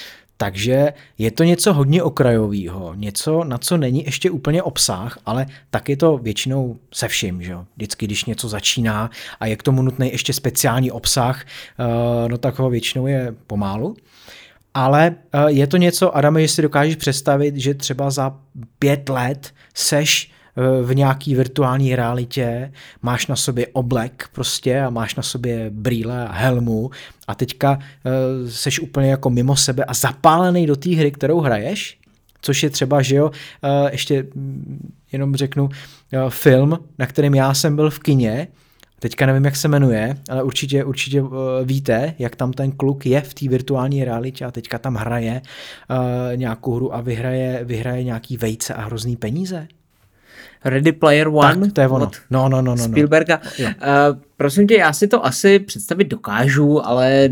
Takže je to něco hodně okrajového, něco, na co není ještě úplně obsah, ale tak je to většinou se vším, že jo. Vždycky, když něco začíná a je k tomu nutný ještě speciální obsah, no tak ho většinou je pomálu. Ale je to něco, Adame, že si dokážeš představit, že třeba za pět let seš v nějaký virtuální realitě, máš na sobě oblek prostě a máš na sobě brýle a helmu a teďka uh, seš úplně jako mimo sebe a zapálený do té hry, kterou hraješ, což je třeba, že jo, uh, ještě jenom řeknu, uh, film, na kterém já jsem byl v kině, teďka nevím, jak se jmenuje, ale určitě, určitě uh, víte, jak tam ten kluk je v té virtuální realitě a teďka tam hraje uh, nějakou hru a vyhraje, vyhraje nějaký vejce a hrozný peníze. Ready Player One tak, to je ono. od No, no, no, no, Spielberga. No. Uh, prosím tě, já si to asi představit dokážu, ale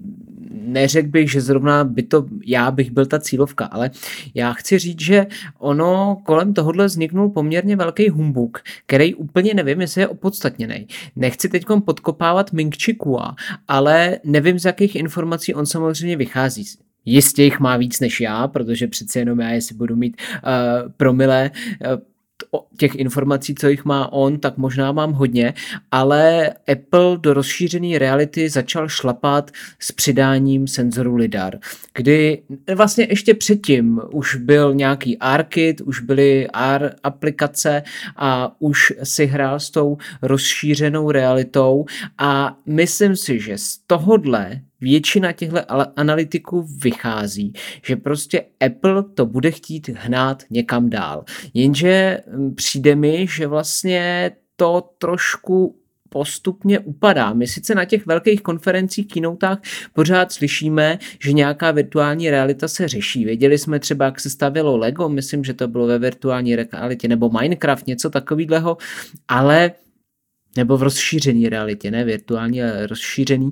neřekl bych, že zrovna by to, já bych byl ta cílovka, ale já chci říct, že ono kolem tohohle vzniknul poměrně velký humbuk, který úplně nevím, jestli je opodstatněný. Nechci teďkom podkopávat Ming Chi Kua, ale nevím, z jakých informací on samozřejmě vychází. Jistě jich má víc než já, protože přece jenom já, jestli budu mít uh, promile uh, těch informací, co jich má on, tak možná mám hodně, ale Apple do rozšířené reality začal šlapat s přidáním senzoru lidar, kdy vlastně ještě předtím už byl nějaký ARKit, už byly A R aplikace a už si hrál s tou rozšířenou realitou a myslím si, že z tohodle většina těchto analytiků vychází, že prostě Apple to bude chtít hnát někam dál. Jenže přijde mi, že vlastně to trošku postupně upadá. My sice na těch velkých konferencích, keynoteách pořád slyšíme, že nějaká virtuální realita se řeší. Věděli jsme třeba, jak se stavilo Lego, myslím, že to bylo ve virtuální realitě, nebo Minecraft, něco takového, ale nebo v rozšířený realitě, ne virtuální, ale rozšířený,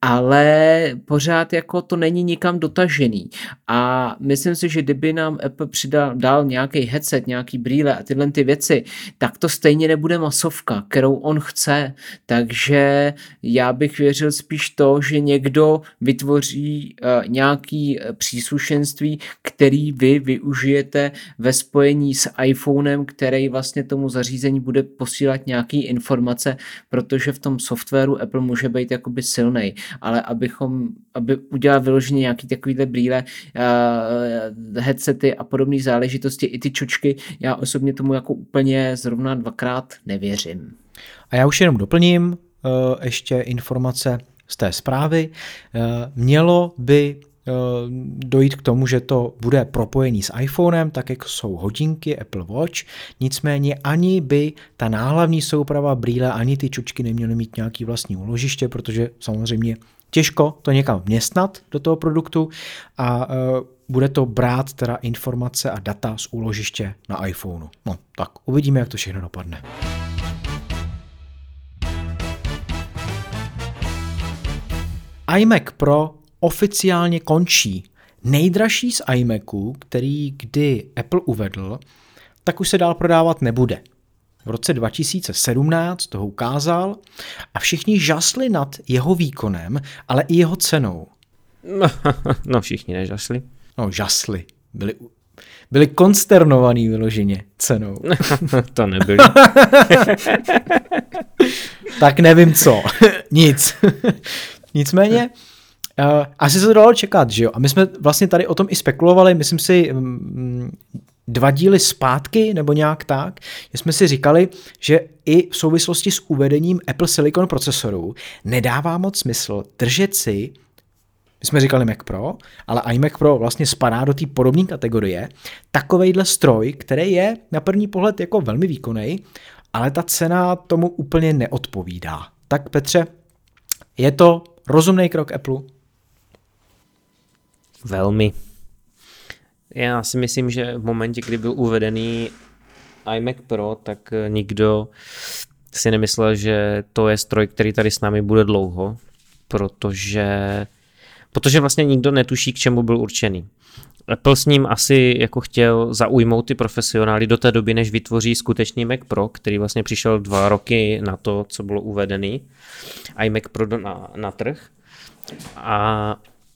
ale pořád jako to není nikam dotažený. A myslím si, že kdyby nám Apple přidal, dal nějaký headset, nějaký brýle a tyhle ty věci, tak to stejně nebude masovka, kterou on chce. Takže já bych věřil spíš to, že někdo vytvoří uh, nějaký příslušenství, který vy využijete ve spojení s iPhonem, který vlastně tomu zařízení bude posílat nějaký informace, protože v tom softwaru Apple může být jakoby silnej, ale abychom, aby udělal vyloženě nějaký takovýhle brýle, uh, headsety a podobné záležitosti, i ty čočky, já osobně tomu jako úplně zrovna dvakrát nevěřím. A já už jenom doplním uh, ještě informace z té zprávy. Uh, mělo by dojít k tomu, že to bude propojený s iPhonem, tak jak jsou hodinky Apple Watch, nicméně ani by ta náhlavní souprava brýle, ani ty čočky neměly mít nějaký vlastní úložiště, protože samozřejmě těžko to někam vměstnat do toho produktu a uh, bude to brát teda informace a data z úložiště na iPhoneu. No, tak uvidíme, jak to všechno dopadne. iMac Pro oficiálně končí. Nejdražší z iMaců, který kdy Apple uvedl, tak už se dál prodávat nebude. v roce dva tisíce sedmnáct toho ukázal a všichni žasli nad jeho výkonem, ale i jeho cenou. No všichni nežasli. No žasli. Byli, byli konsternovaní vyloženě cenou. To nebyli. Tak nevím co. Nic. Nicméně, uh, asi se to dalo čekat, že jo? A my jsme vlastně tady o tom i spekulovali, myslím si, um, dva díly zpátky, nebo nějak tak, že jsme si říkali, že i v souvislosti s uvedením Apple Silicon procesorů nedává moc smysl držet si, my jsme říkali Mac Pro, ale iMac Pro vlastně spadá do té podobné kategorie, takovejhle stroj, který je na první pohled jako velmi výkonný, ale ta cena tomu úplně neodpovídá. Tak Petře, je to rozumný krok Apple? Velmi. Já si myslím, že v momentě, kdy byl uvedený iMac Pro, tak nikdo si nemyslel, že to je stroj, který tady s námi bude dlouho, protože, protože vlastně nikdo netuší, k čemu byl určený. Apple s ním asi jako chtěl zaujmout ty profesionály do té doby, než vytvoří skutečný Mac Pro, který vlastně přišel dva roky na to, co bylo uvedený, iMac Pro na, na trh. A,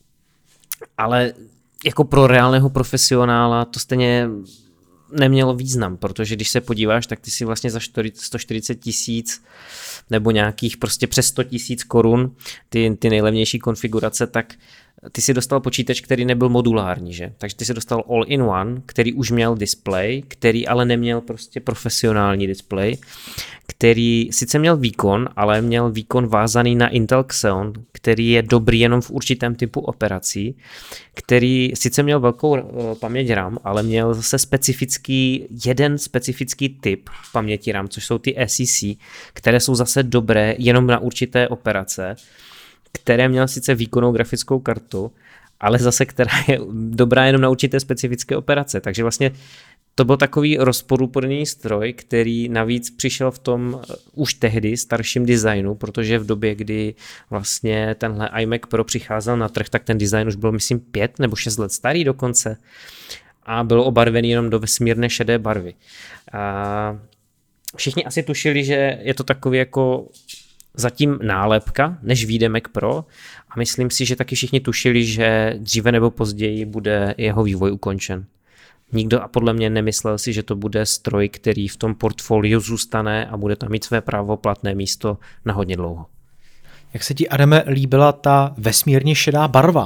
ale jako pro reálného profesionála to stejně nemělo význam, protože když se podíváš, tak ty si vlastně za sto čtyřicet tisíc nebo nějakých prostě přes sto tisíc korun ty, ty nejlevnější konfigurace, tak ty si dostal počítač, který nebyl modulární, že? Takže ty si dostal all-in-one, který už měl display, který ale neměl prostě profesionální display, který sice měl výkon, ale měl výkon vázaný na Intel Xeon, který je dobrý jenom v určitém typu operací, který sice měl velkou paměť RAM, ale měl zase specifický, jeden specifický typ paměti RAM, což jsou ty S E C, které jsou zase dobré jenom na určité operace, které měl sice výkonnou grafickou kartu, ale zase která je dobrá jenom na určité specifické operace. Takže vlastně to byl takový rozporuplný stroj, který navíc přišel v tom už tehdy starším designu, protože v době, kdy vlastně tenhle iMac Pro přicházel na trh, tak ten design už byl, myslím, pět nebo šest let starý dokonce a byl obarvený jenom do vesmírné šedé barvy. A všichni asi tušili, že je to takový jako zatím nálepka, než vyjde Mac Pro, a myslím si, že taky všichni tušili, že dříve nebo později bude jeho vývoj ukončen. Nikdo a podle mě nemyslel si, že to bude stroj, který v tom portfoliu zůstane a bude tam mít své právoplatné místo na hodně dlouho. Jak se ti, Adame, líbila ta vesmírně šedá barva?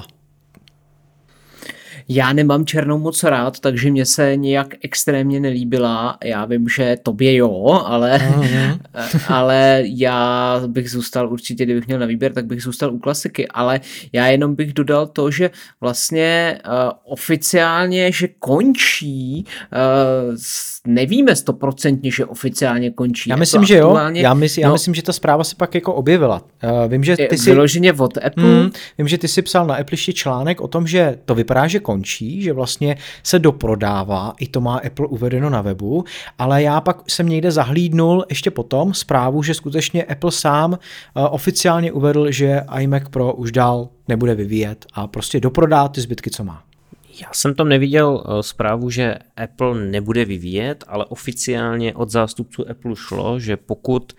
Já nemám černou moc rád, takže mě se nějak extrémně nelíbila. Já vím, že tobě jo, ale, uh-huh. ale já bych zůstal určitě, kdybych měl na výběr, tak bych zůstal u klasiky. Ale já jenom bych dodal to, že vlastně uh, oficiálně, že končí, uh, nevíme stoprocentně, že oficiálně končí. Já myslím, že jo. Já, mysl, já no, myslím, že ta zpráva se pak jako objevila. Uh, vím, že ty jsi... Vyloženě od Apple. Hmm, vím, že ty jsi psal na Apple článek o tom, že to vypadá, že končí. Končí, že vlastně se doprodává, i to má Apple uvedeno na webu, ale já pak jsem někde zahlídnul ještě potom zprávu, že skutečně Apple sám uh, oficiálně uvedl, že iMac Pro už dál nebude vyvíjet a prostě doprodá ty zbytky, co má. Já jsem tam neviděl zprávu, že Apple nebude vyvíjet, ale oficiálně od zástupců Apple šlo, že pokud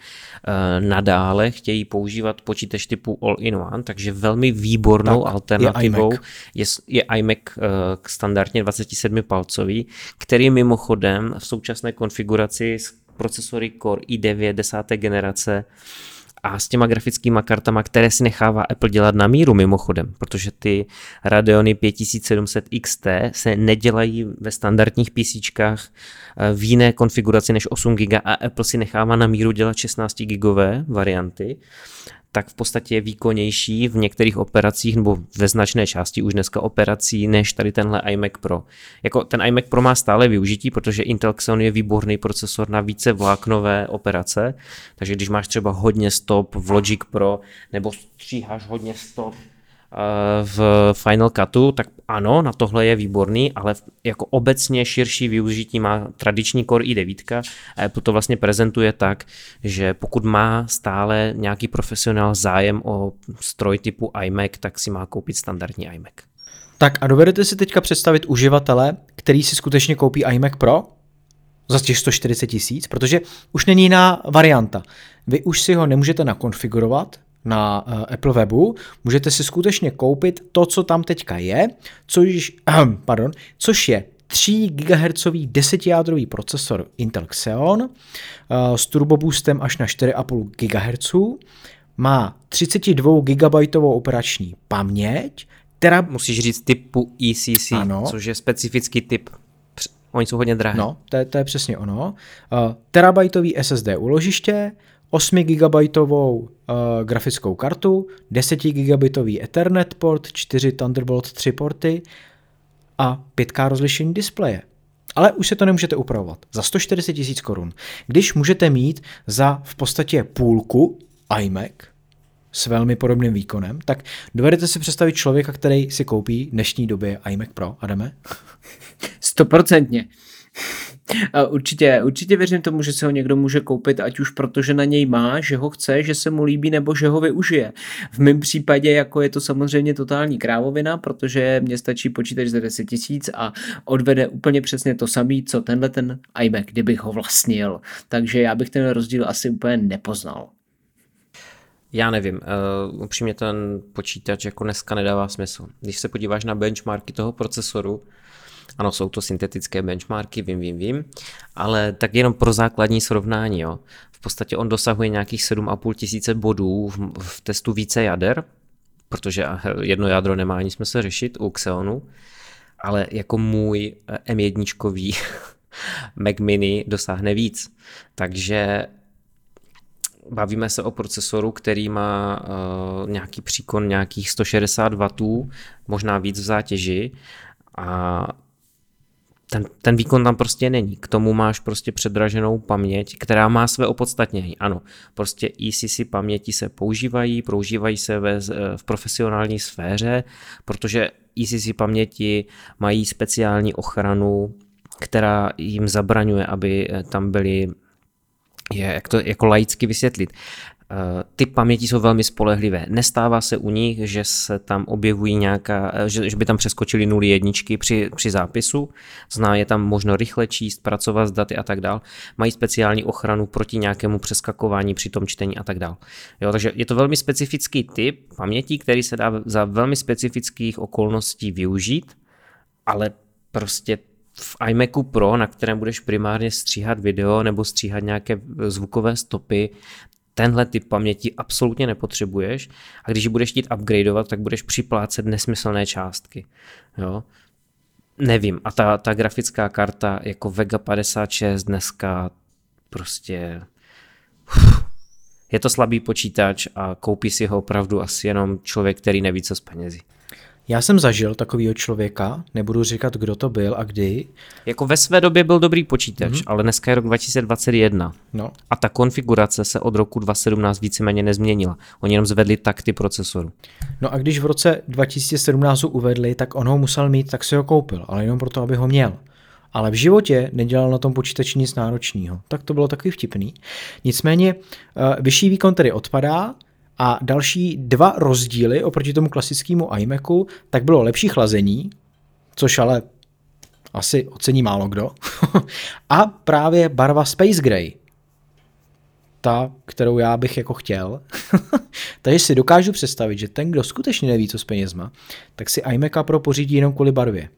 nadále chtějí používat počítač typu All-in-One, takže velmi výbornou tak alternativou je, je, je iMac standardně dvacet sedm palcový, který mimochodem v současné konfiguraci s procesory Core i devět desáté generace a s těma grafickýma kartama, které si nechává Apple dělat na míru mimochodem, protože ty Radeony pět sedm set X T se nedělají ve standardních PCčkách v jiné konfiguraci než osm gigabajtů a Apple si nechává na míru dělat šestnáct gigabajtové varianty, tak v podstatě je výkonnější v některých operacích nebo ve značné části už dneska operací než tady tenhle iMac Pro. Jako ten iMac Pro má stále využití, protože Intel Xeon je výborný procesor na více vláknové operace, takže když máš třeba hodně stop v Logic Pro nebo stříháš hodně stop v Final Cutu, tak ano, na tohle je výborný, ale jako obecně širší využití má tradiční Core i devět a Apple to vlastně prezentuje tak, že pokud má stále nějaký profesionál zájem o stroj typu iMac, tak si má koupit standardní iMac. Tak a dovedete si teďka představit uživatele, který si skutečně koupí iMac Pro za těch sto čtyřicet tisíc, protože už není jiná varianta. Vy už si ho nemůžete nakonfigurovat na uh, Apple webu, můžete si skutečně koupit to, co tam teďka je, což, pardon, což je tři gigahertzový desetijádrový procesor Intel Xeon uh, s turboboostem až na čtyři a půl gigahertzu, má třicet dva gigabajtovou operační paměť, která... Musíš říct typu E C C, ano. Což je specifický typ. Oni jsou hodně drahé. No, to je, to je přesně ono. Uh, terabajtový S S D úložiště, osm gigabajtovou uh, grafickou kartu, deset gigabitový Ethernet port, čtyři Thunderbolt tři porty a pět ká rozlišení displeje. Ale už se to nemůžete upravovat. Za sto čtyřicet tisíc korun. Když můžete mít za v podstatě půlku iMac s velmi podobným výkonem, tak dovedete si představit člověka, který si koupí v dnešní době iMac Pro. Adame? Stoprocentně. Určitě, určitě věřím tomu, že se ho někdo může koupit, ať už protože na něj má, že ho chce, že se mu líbí, nebo že ho využije. V mém případě jako je to samozřejmě totální krávovina, protože mně stačí počítač za deset tisíc a odvede úplně přesně to samé, co tenhle ten iMac, kdybych ho vlastnil. Takže já bych ten rozdíl asi úplně nepoznal. Já nevím, uh, upřímně ten počítač jako dneska nedává smysl. Když se podíváš na benchmarky toho procesoru, ano, jsou to syntetické benchmarky, vím, vím, vím, ale tak jenom pro základní srovnání, jo. V podstatě on dosahuje nějakých sedm a půl tisíce bodů v, v testu více jader, protože jedno jádro nemá ani smysl řešit u Xeonu, ale jako můj M jedna Mac Mini dosáhne víc. Takže bavíme se o procesoru, který má uh, nějaký příkon nějakých sto šedesát wattů, možná víc v zátěži a ten, ten výkon tam prostě není. K tomu máš prostě předraženou paměť, která má své opodstatnění. Ano, prostě E C C paměti se používají, používají se ve, v profesionální sféře, protože E C C paměti mají speciální ochranu, která jim zabraňuje, aby tam byly, je, jak to jako laicky vysvětlit, ty paměti jsou velmi spolehlivé. Nestává se u nich, že se tam objevují nějaká, že, že by tam přeskočily nuly jedničky při, při zápisu. Zná je tam možno rychle číst, pracovat s daty a tak dál. Mají speciální ochranu proti nějakému přeskakování při tom čtení a tak dál. Jo, takže je to velmi specifický typ paměti, který se dá za velmi specifických okolností využít, ale prostě v iMacu Pro, na kterém budeš primárně stříhat video nebo stříhat nějaké zvukové stopy, tenhle typ paměti absolutně nepotřebuješ a když ji budeš chtít upgradeovat, tak budeš připlácet nesmyslné částky. Jo? Nevím. A ta, ta grafická karta jako Vega padesát šest dneska prostě je to slabý počítač a koupí si ho opravdu asi jenom člověk, který neví, co s penězi. Já jsem zažil takovýho člověka, nebudu říkat, kdo to byl a kdy. Jako ve své době byl dobrý počítač, mm-hmm. ale dneska je rok dva tisíce dvacet jedna. No. A ta konfigurace se od roku dva tisíce sedmnáct víceméně nezměnila. Oni jenom zvedli takty procesoru. No a když v roce dva tisíce sedmnáct ho uvedli, tak on ho musel mít, tak si ho koupil, ale jenom proto, aby ho měl. Ale v životě nedělal na tom počítači nic náročného. Tak to bylo takový vtipný. Nicméně vyšší výkon tedy odpadá, a další dva rozdíly oproti tomu klasickému iMacu, tak bylo lepší chlazení, což ale asi ocení málo kdo, a právě barva Space Gray. Ta, kterou já bych jako chtěl. Takže si dokážu představit, že ten, kdo skutečně neví, co s penězma, tak si iMaca Pro pořídí jenom kvůli barvě.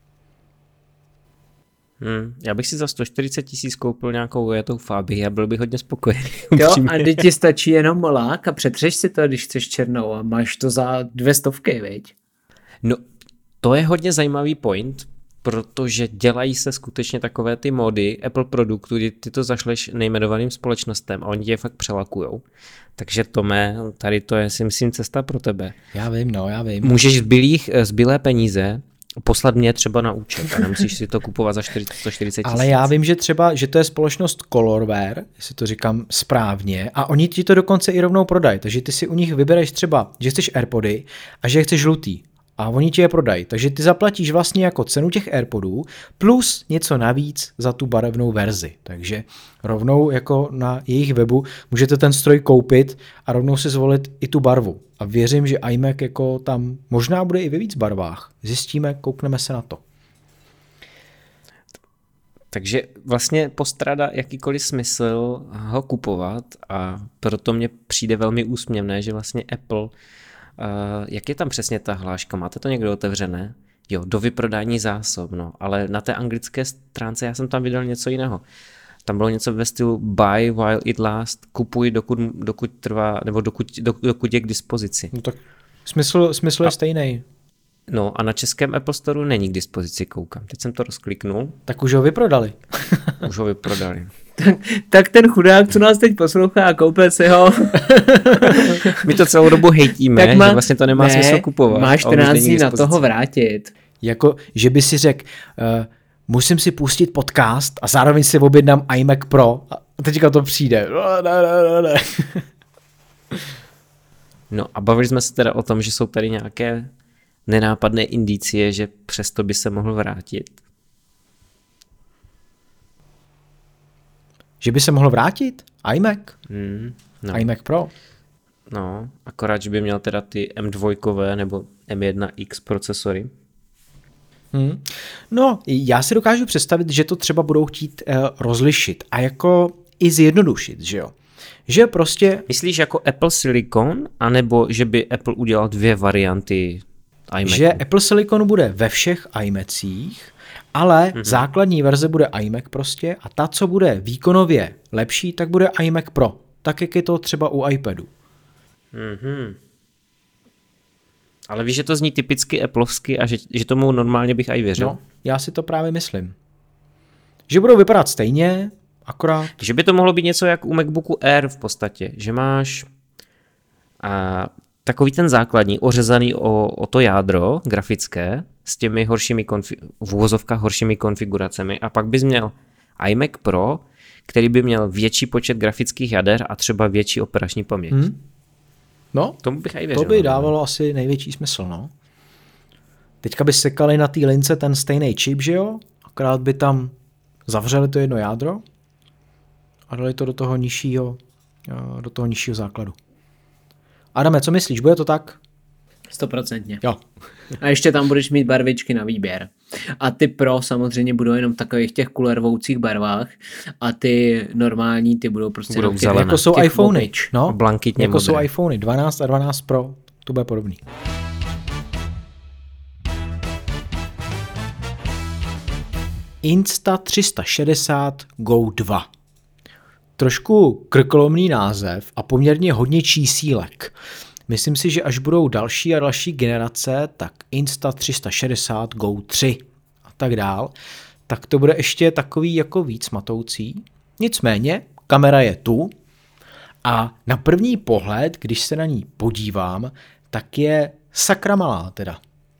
Hmm, já bych si za sto čtyřicet tisíc koupil nějakou ujetou Fabii a byl bych hodně spokojený. Jo, a teď ti stačí jenom lák a přetřeš si to, když chceš černou a máš to za dvě stovky, viď? No, to je hodně zajímavý point, protože dělají se skutečně takové ty mody Apple produktů, kdy ty to zašleš nejmenovaným společnostem a oni tě fakt přelakujou. Takže Tome, tady to je si myslím cesta pro tebe. Já vím, no, já vím. Můžeš zbylých, zbylé peníze poslat mě třeba na účet a nemusíš si to kupovat za sto čtyřicet tisíc. Ale já vím, že třeba, že to je společnost Colorware, jestli to říkám správně, a oni ti to dokonce i rovnou prodají, takže ty si u nich vybereš třeba, že chceš AirPody a že chceš žlutý a oni ti je prodají, takže ty zaplatíš vlastně jako cenu těch AirPodů plus něco navíc za tu barevnou verzi, takže rovnou jako na jejich webu můžete ten stroj koupit a rovnou si zvolit i tu barvu. A věřím, že iMac jako tam možná bude i ve víc barvách. Zjistíme, koukneme se na to. Takže vlastně postrádá jakýkoliv smysl ho kupovat a proto mně přijde velmi úsměvné, že vlastně Apple, uh, jak je tam přesně ta hláška, máte to někdo otevřené? Jo, do vyprodání zásob, no, ale na té anglické stránce já jsem tam viděl něco jiného. Tam bylo něco ve stylu buy while it lasts, kupuj dokud, dokud trvá, nebo dokud, dokud je k dispozici. No tak smysl, smysl je a, stejný. No a na českém Apple Store není k dispozici, koukám. Teď jsem to rozkliknul. Tak už ho vyprodali. Už ho vyprodali. tak, tak ten chudák, co nás teď poslouchá a koupil si ho. My to celou dobu hejtíme, má, že vlastně to nemá ne, smysl kupovat. Máš čtrnáct dní na toho vrátit. Jako, že by si řekl, uh, musím si pustit podcast a zároveň si objednám iMac Pro a teďka to přijde. Ne, ne, ne, ne. No a bavili jsme se teda o tom, že jsou tady nějaké nenápadné indicie, že přesto by se mohl vrátit. Že by se mohl vrátit? iMac? Hmm, no. iMac Pro? No, akorát, že by měl teda ty M dva nebo M jedna X procesory. Hmm. No, já si dokážu představit, že to třeba budou chtít uh, rozlišit a jako i zjednodušit, že jo? Že prostě... Myslíš jako Apple Silicon, anebo že by Apple udělal dvě varianty iMacu? Že Apple Silicon bude ve všech iMacích, ale mm-hmm. základní verze bude iMac prostě a ta, co bude výkonově lepší, tak bude iMac Pro. Tak, jak je to třeba u iPadu. Mhm. Ale víš, že to zní typicky applovsky a že, že tomu normálně bych i věřil. No, já si to právě myslím. Že budou vypadat stejně, akorát... Že by to mohlo být něco jak u MacBooku Air v podstatě, že máš a, takový ten základní, ořezaný o, o to jádro grafické s těmi horšími, konfi- v uvozovkách horšími konfiguracemi a pak bys měl iMac Pro, který by měl větší počet grafických jader a třeba větší operační paměť. Hmm. No, tomu bych aj věřil, to by dávalo no. asi největší smysl, no. Teďka by sekali na té lince ten stejný čip, že jo? Akorát by tam zavřeli to jedno jádro a dali to do toho nižšího, do toho nižšího základu. Adame, co myslíš, bude to tak? Stoprocentně. Jo. A ještě tam budeš mít barvičky na výběr. A ty Pro samozřejmě budou jenom v takových těch kulervoucích barvách a ty normální, ty budou prostě budou těch, jako jsou iPhony. No, blankitně jako modré. jsou iPhony dvanáct a dvanáct Pro. To bude podobný. Insta tři sta šedesát Go dva. Trošku krkolomný název a poměrně hodně čísílek. Myslím si, že až budou další a další generace, tak Insta tři sta šedesát Go tři a tak dál, tak to bude ještě takový jako víc matoucí. Nicméně, kamera je tu a na první pohled, když se na ní podívám, tak je sakra malá teda.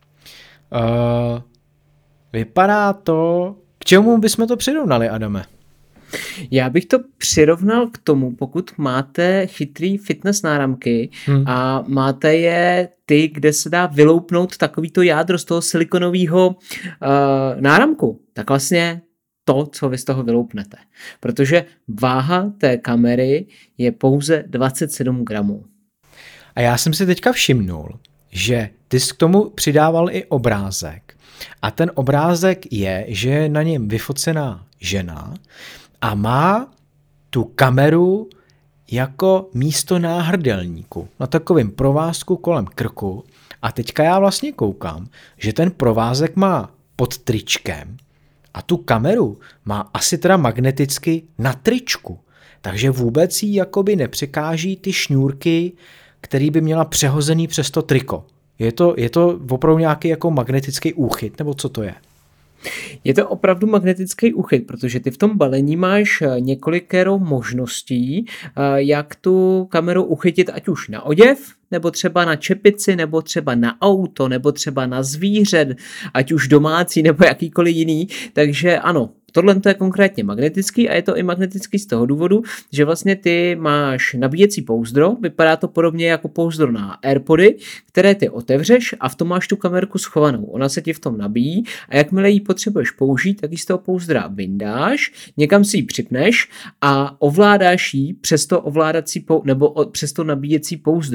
Uh, vypadá to... K čemu bychom to přirovnali, Adame? Já bych to přirovnal k tomu, pokud máte chytrý fitness náramky hmm. a máte je ty, kde se dá vyloupnout takovýto jádro z toho silikonového uh, náramku, tak vlastně to, co vy z toho vyloupnete. Protože váha té kamery je pouze dvacet sedm gramů. A já jsem si teďka všimnul, že ty jsi k tomu přidával i obrázek. A ten obrázek je, že je na něm vyfocená žena a má tu kameru jako místo náhrdelníku na takovém provázku kolem krku. A teďka já vlastně koukám, že ten provázek má pod tričkem a tu kameru má asi teda magneticky na tričku. Takže vůbec jí jakoby nepřekáží ty šňůrky, který by měla přehozený přes to triko. Je to, je to opravdu nějaký jako magnetický úchyt, nebo co to je? Je to opravdu magnetický úchyt, protože ty v tom balení máš několikero možností, jak tu kameru uchytit, ať už na oděv, nebo třeba na čepici, nebo třeba na auto, nebo třeba na zvíře, ať už domácí, nebo jakýkoliv jiný. Takže ano, tohle je konkrétně magnetický a je to i magnetický z toho důvodu, že vlastně ty máš nabíjecí pouzdro, vypadá to podobně jako pouzdro na AirPody, které ty otevřeš a v tom máš tu kamerku schovanou. Ona se ti v tom nabíjí a jakmile ji potřebuješ použít, tak ji z toho pouzdra vyndáš, někam si ji připneš a ovládáš ji přes to ovládací pou, nebo přes to nabíjecí pouzdro,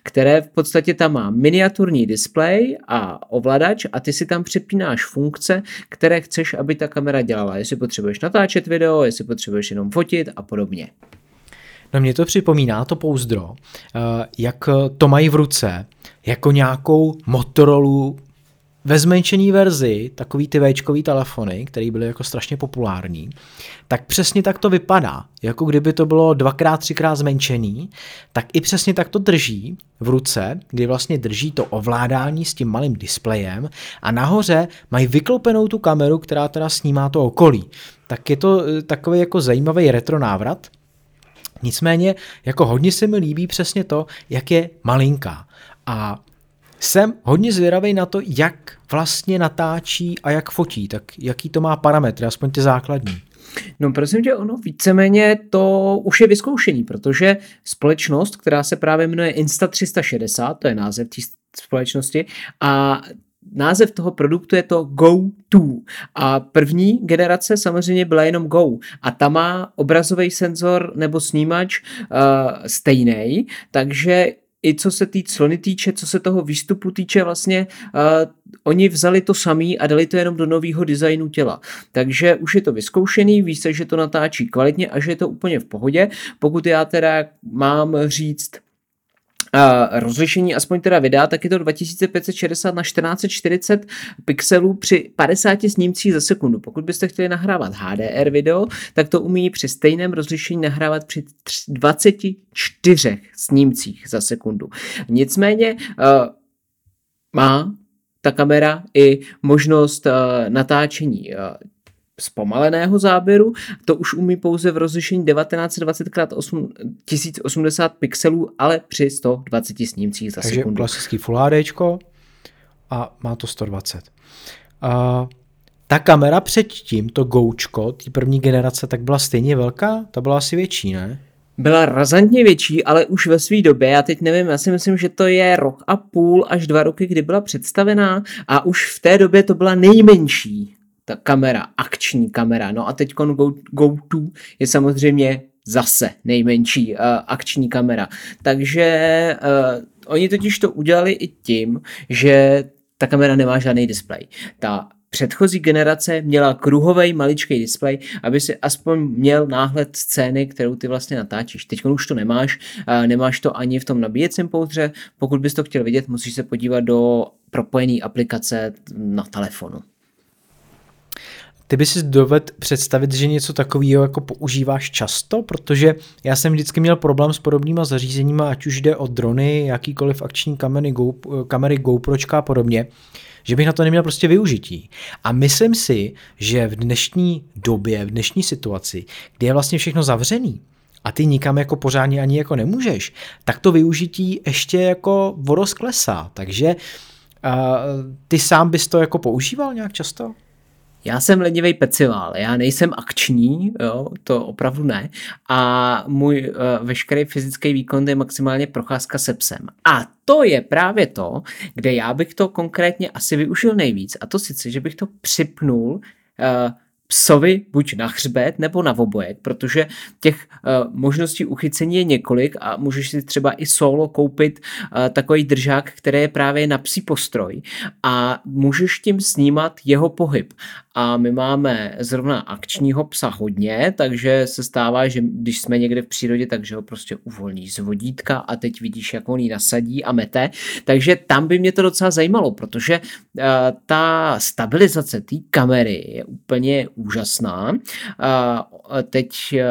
které v podstatě tam má miniaturní displej a ovladač a ty si tam přepínáš funkce, které chceš, aby ta kamera dělala. Jestli potřebuješ natáčet video, jestli potřebuješ jenom fotit a podobně. No mě to připomíná, to pouzdro, jak to mají v ruce, jako nějakou Motorola ve zmenšený verzi, takový ty véčkový telefony, které byly jako strašně populární, tak přesně tak to vypadá. Jako kdyby to bylo dvakrát, třikrát zmenšený, tak i přesně tak to drží v ruce, kdy vlastně drží to ovládání s tím malým displejem a nahoře mají vyklopenou tu kameru, která teda snímá to okolí. Tak je to takový jako zajímavý retro návrat. Nicméně jako hodně se mi líbí přesně to, jak je malinká. A jsem hodně zvědavý na to, jak vlastně natáčí a jak fotí, tak jaký to má parametry, aspoň ty základní. No prosím tě, ono víceméně to už je vyzkoušený, protože společnost, která se právě jmenuje Insta tři sta šedesát, to je název té společnosti, a název toho produktu je to Go dva. A první generace samozřejmě byla jenom Go. A ta má obrazový senzor nebo snímač uh, stejnej, takže i co se té clony týče, co se toho výstupu týče, vlastně uh, oni vzali to samý a dali to jenom do nového designu těla. Takže už je to vyzkoušený, ví se, že to natáčí kvalitně a že je to úplně v pohodě. Pokud já teda mám říct Uh, rozlišení aspoň teda videa, tak je to dva tisíce pět set šedesát na čtrnáct set čtyřicet pixelů při padesáti snímcích za sekundu. Pokud byste chtěli nahrávat H D R video, tak to umí při stejném rozlišení nahrávat při dvaceti čtyřech snímcích za sekundu. Nicméně uh, má ta kamera i možnost uh, natáčení uh, zpomaleného záběru, to už umí pouze v rozlišení devatenáct set dvacet krát tisíc osmdesát pixelů, ale při sto dvaceti snímcích za Takže sekundu. Takže klasický Full HDčko a má to sto dvacet. A ta kamera předtím, to Goučko, té první generace, tak byla stejně velká? Ta byla asi větší, ne? Byla razantně větší, ale už ve své době, já teď nevím, já si myslím, že to je rok a půl až dva roky, kdy byla představená a už v té době to byla nejmenší ta kamera, akční kamera. No a teď Go, Go dva je samozřejmě zase nejmenší uh, akční kamera. Takže uh, oni totiž to udělali i tím, že ta kamera nemá žádný displej. Ta předchozí generace měla kruhovej maličký displej, aby si aspoň měl náhled scény, kterou ty vlastně natáčíš. Teď už to nemáš, uh, nemáš to ani v tom nabíjecím pouzdře. Pokud bys to chtěl vidět, musíš se podívat do propojené aplikace na telefonu. Ty by si dovedl představit, že něco takového jako používáš často, protože já jsem vždycky měl problém s podobnýma zařízeníma, ať už jde o drony, jakýkoliv akční kamery, Go, kamery GoPročka a podobně, že bych na to neměl prostě využití. A myslím si, že v dnešní době, v dnešní situaci, kdy je vlastně všechno zavřený a ty nikam jako pořádně ani jako nemůžeš, tak to využití ještě jako vodost klesá. Takže uh, ty sám bys to jako používal nějak často? Já jsem ledivej pecivál, já nejsem akční, jo, to opravdu ne, a můj uh, veškerý fyzický výkon je maximálně procházka se psem. A to je právě to, kde já bych to konkrétně asi využil nejvíc, a to sice, že bych to připnul uh, psovi buď na hřbet nebo na obojek, protože těch uh, možností uchycení je několik a můžeš si třeba i solo koupit uh, takový držák, který je právě na psí postroj a můžeš tím snímat jeho pohyb. A my máme zrovna akčního psa hodně, takže se stává, že když jsme někde v přírodě, takže ho prostě uvolníš z vodítka a teď vidíš, jak on ji nasadí a mete. Takže tam by mě to docela zajímalo, protože uh, ta stabilizace té kamery je úplně úžasná. Uh, teď uh,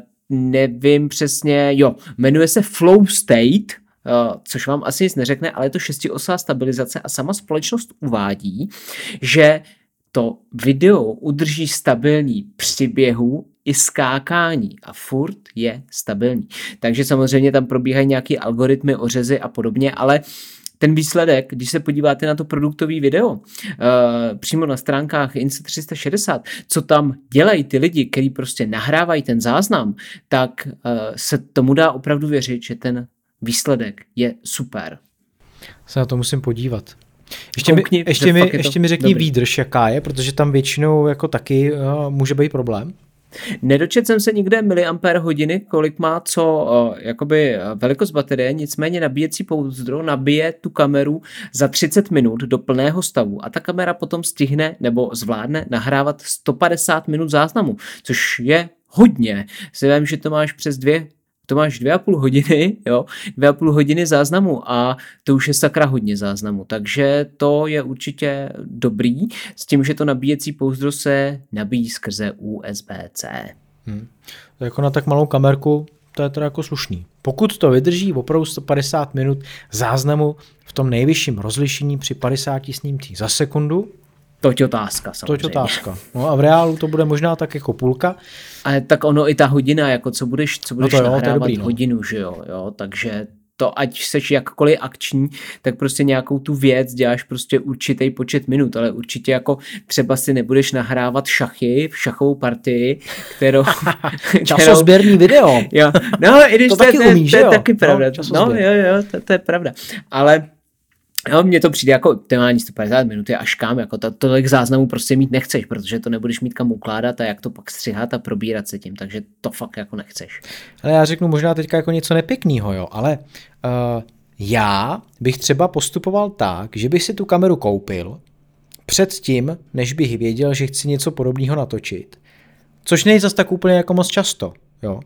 nevím přesně, jo, jmenuje se Flow State, Uh, což vám asi nic neřekne, ale je to šestiosá stabilizace a sama společnost uvádí, že to video udrží stabilní při běhu i skákání a furt je stabilní. Takže samozřejmě tam probíhají nějaké algoritmy, ořezy a podobně, ale ten výsledek, když se podíváte na to produktové video uh, přímo na stránkách Insta tři sta šedesát, co tam dělají ty lidi, kteří prostě nahrávají ten záznam, tak uh, se tomu dá opravdu věřit, že ten výsledek je super. Se na to musím podívat. Ještě mi, ještě mi, ještě mi řekni výdrž, jaká je, protože tam většinou jako taky uh, může být problém. Nedočetl jsem se nikde miliampér hodiny, kolik má co uh, jakoby velikost baterie, nicméně nabíjecí pouzdro nabije tu kameru za třicet minut do plného stavu a ta kamera potom stihne nebo zvládne nahrávat sto padesát minut záznamu, což je hodně. Si vím, že to máš přes dvě to máš dvě a půl hodiny, jo, dvě a půl hodiny záznamu a to už je sakra hodně záznamu, takže to je určitě dobrý, s tím, že to nabíjecí pouzdro se nabíjí skrze U S B C. Hmm. To jako na tak malou kamerku, to je teda jako slušný. Pokud to vydrží opravdu sto padesát minut záznamu v tom nejvyšším rozlišení při padesáti snímcích za sekundu, to je otázka samozřejmě. To je otázka. No a v reálu to bude možná tak jako půlka. Ale tak ono i ta hodina, jako co budeš, co budeš no to jo, nahrávat dobrý, no. hodinu, že jo, jo, takže to ať seš jakkoliv akční, tak prostě nějakou tu věc děláš prostě určitý počet minut, ale určitě jako třeba si nebudeš nahrávat šachy v šachovou partii, kterou... Časozběrný video. Jo, no i když to, to, taky to, umíš, to, to je jo? taky pravda. No, no jo, jo, to, to je pravda. Ale no, mně to přijde jako témání sto padesát minut je až kam, jako to, tolik záznamů prostě mít nechceš, protože to nebudeš mít kam ukládat a jak to pak střihat a probírat se tím, takže to fakt jako nechceš. Ale já řeknu možná teďka jako něco nepěkného, jo, ale uh, já bych třeba postupoval tak, že bych si tu kameru koupil předtím, než bych věděl, že chci něco podobného natočit, což není zas tak úplně jako moc často, jo.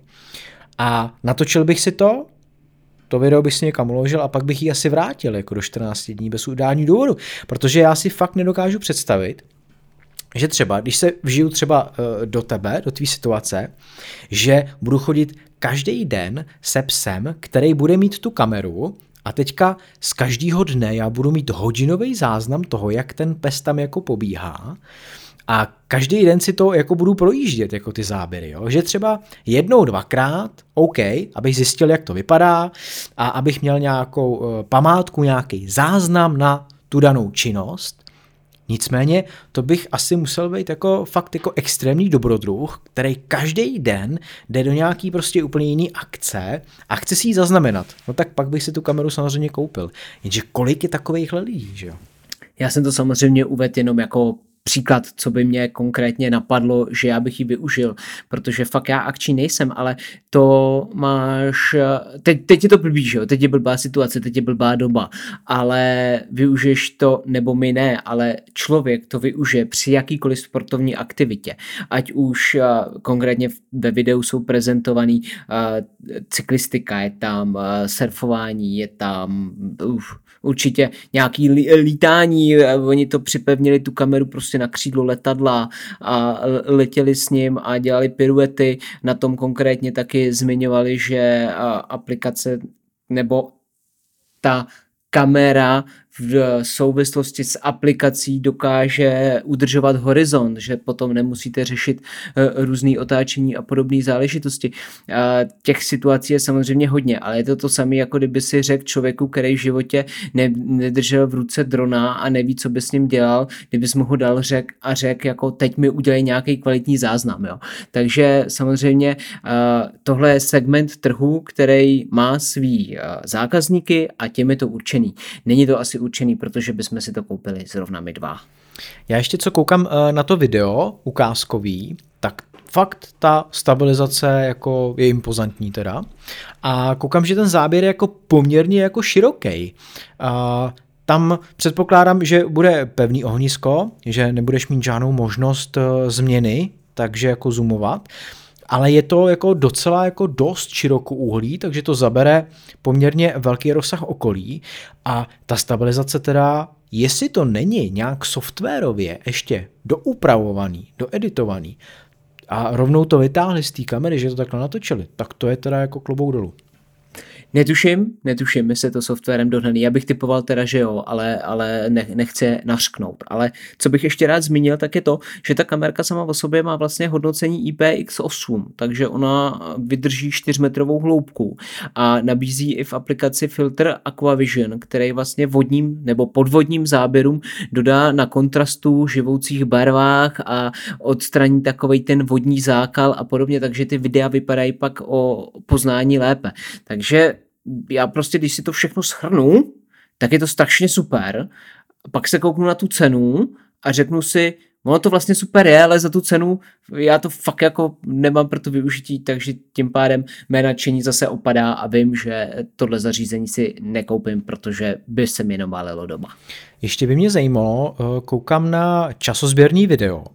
A natočil bych si to, to video bych si někam uložil a pak bych ji asi vrátil jako do čtrnácti dní bez udání důvodu, protože já si fakt nedokážu představit, že třeba, když se vžiju třeba do tebe, do tvý situace, že budu chodit každý den se psem, který bude mít tu kameru a teďka z každého dne já budu mít hodinový záznam toho, jak ten pes tam jako pobíhá. A každý den si to jako budu projíždět, jako ty záběry, jo? Že třeba jednou, dvakrát, OK, abych zjistil, jak to vypadá a abych měl nějakou uh, památku, nějaký záznam na tu danou činnost. Nicméně to bych asi musel být jako fakt jako extrémní dobrodruh, který každý den jde do nějaký prostě úplně jiný akce a chce si ji zaznamenat. No tak pak bych si tu kameru samozřejmě koupil. Jenže kolik je takovejhle lidí, že jo? Já jsem to samozřejmě uvedl jenom jako příklad, co by mě konkrétně napadlo, že já bych ji využil, protože fakt já akční nejsem, ale to máš, teď, teď je to blbý, že jo, teď je blbá situace, teď je blbá doba, ale využiješ to, nebo my ne, ale člověk to využije při jakýkoliv sportovní aktivitě, ať už konkrétně ve videu jsou prezentovaný cyklistika, je tam surfování, je tam uf, určitě nějaký lítání, oni to připevnili tu kameru prostě na křídlo letadla a letěli s ním a dělali piruety. Na tom konkrétně taky zmiňovali, že aplikace nebo ta kamera v souvislosti s aplikací dokáže udržovat horizont, že potom nemusíte řešit různý otáčení a podobné záležitosti. Těch situací je samozřejmě hodně, ale je to to samé, jako kdyby si řekl člověku, který v životě ne, nedržel v ruce drona a neví, co by s ním dělal, kdybys mu ho dal řek a řekl, jako teď mi udělej nějaký kvalitní záznam. Jo. Takže samozřejmě tohle je segment trhu, který má svý zákazníky a těm je to určený. Není to asi určený, protože bychom si to koupili zrovna my dva. Já ještě co koukám na to video ukázkový, tak fakt ta stabilizace jako je impozantní teda. A koukám, že ten záběr je jako poměrně jako široký. A tam předpokládám, že bude pevný ohnisko, že nebudeš mít žádnou možnost změny, takže jako zoomovat. Ale je to jako docela jako dost širokouhlý, takže to zabere poměrně velký rozsah okolí a ta stabilizace teda, jestli to není nějak softwarově ještě doupravovaný, doeditovaný a rovnou to vytáhli z té kamery, že to takhle natočili, tak to je teda jako klobouk dolů. Netuším, netuším, jestli je to softwarem dohnaný. Já bych typoval teda, že jo, ale, ale ne, nechci nařknout. Ale co bych ještě rád zmínil, tak je to, že ta kamerka sama o sobě má vlastně hodnocení I P X osm, takže ona vydrží čtyřmetrovou hloubku a nabízí i v aplikaci filtr Aquavision, který vlastně vodním nebo podvodním záběrům dodá na kontrastu, živoucích barvách a odstraní takovej ten vodní zákal a podobně, takže ty videa vypadají pak o poznání lépe. Takže já prostě, když si to všechno shrnu, tak je to strašně super. Pak se kouknu na tu cenu a řeknu si, Ono to vlastně super je, ale za tu cenu já to fakt jako nemám pro to využití, takže tím pádem mé nadšení zase opadá a vím, že tohle zařízení si nekoupím, protože by se mi jenom válelo doma. Ještě by mě zajímalo, koukám na časozběrný video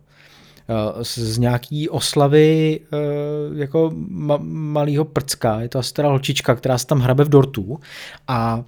z nějaký oslavy jako ma- malýho prcka, je to asi teda holčička, která se tam hrabe v dortu a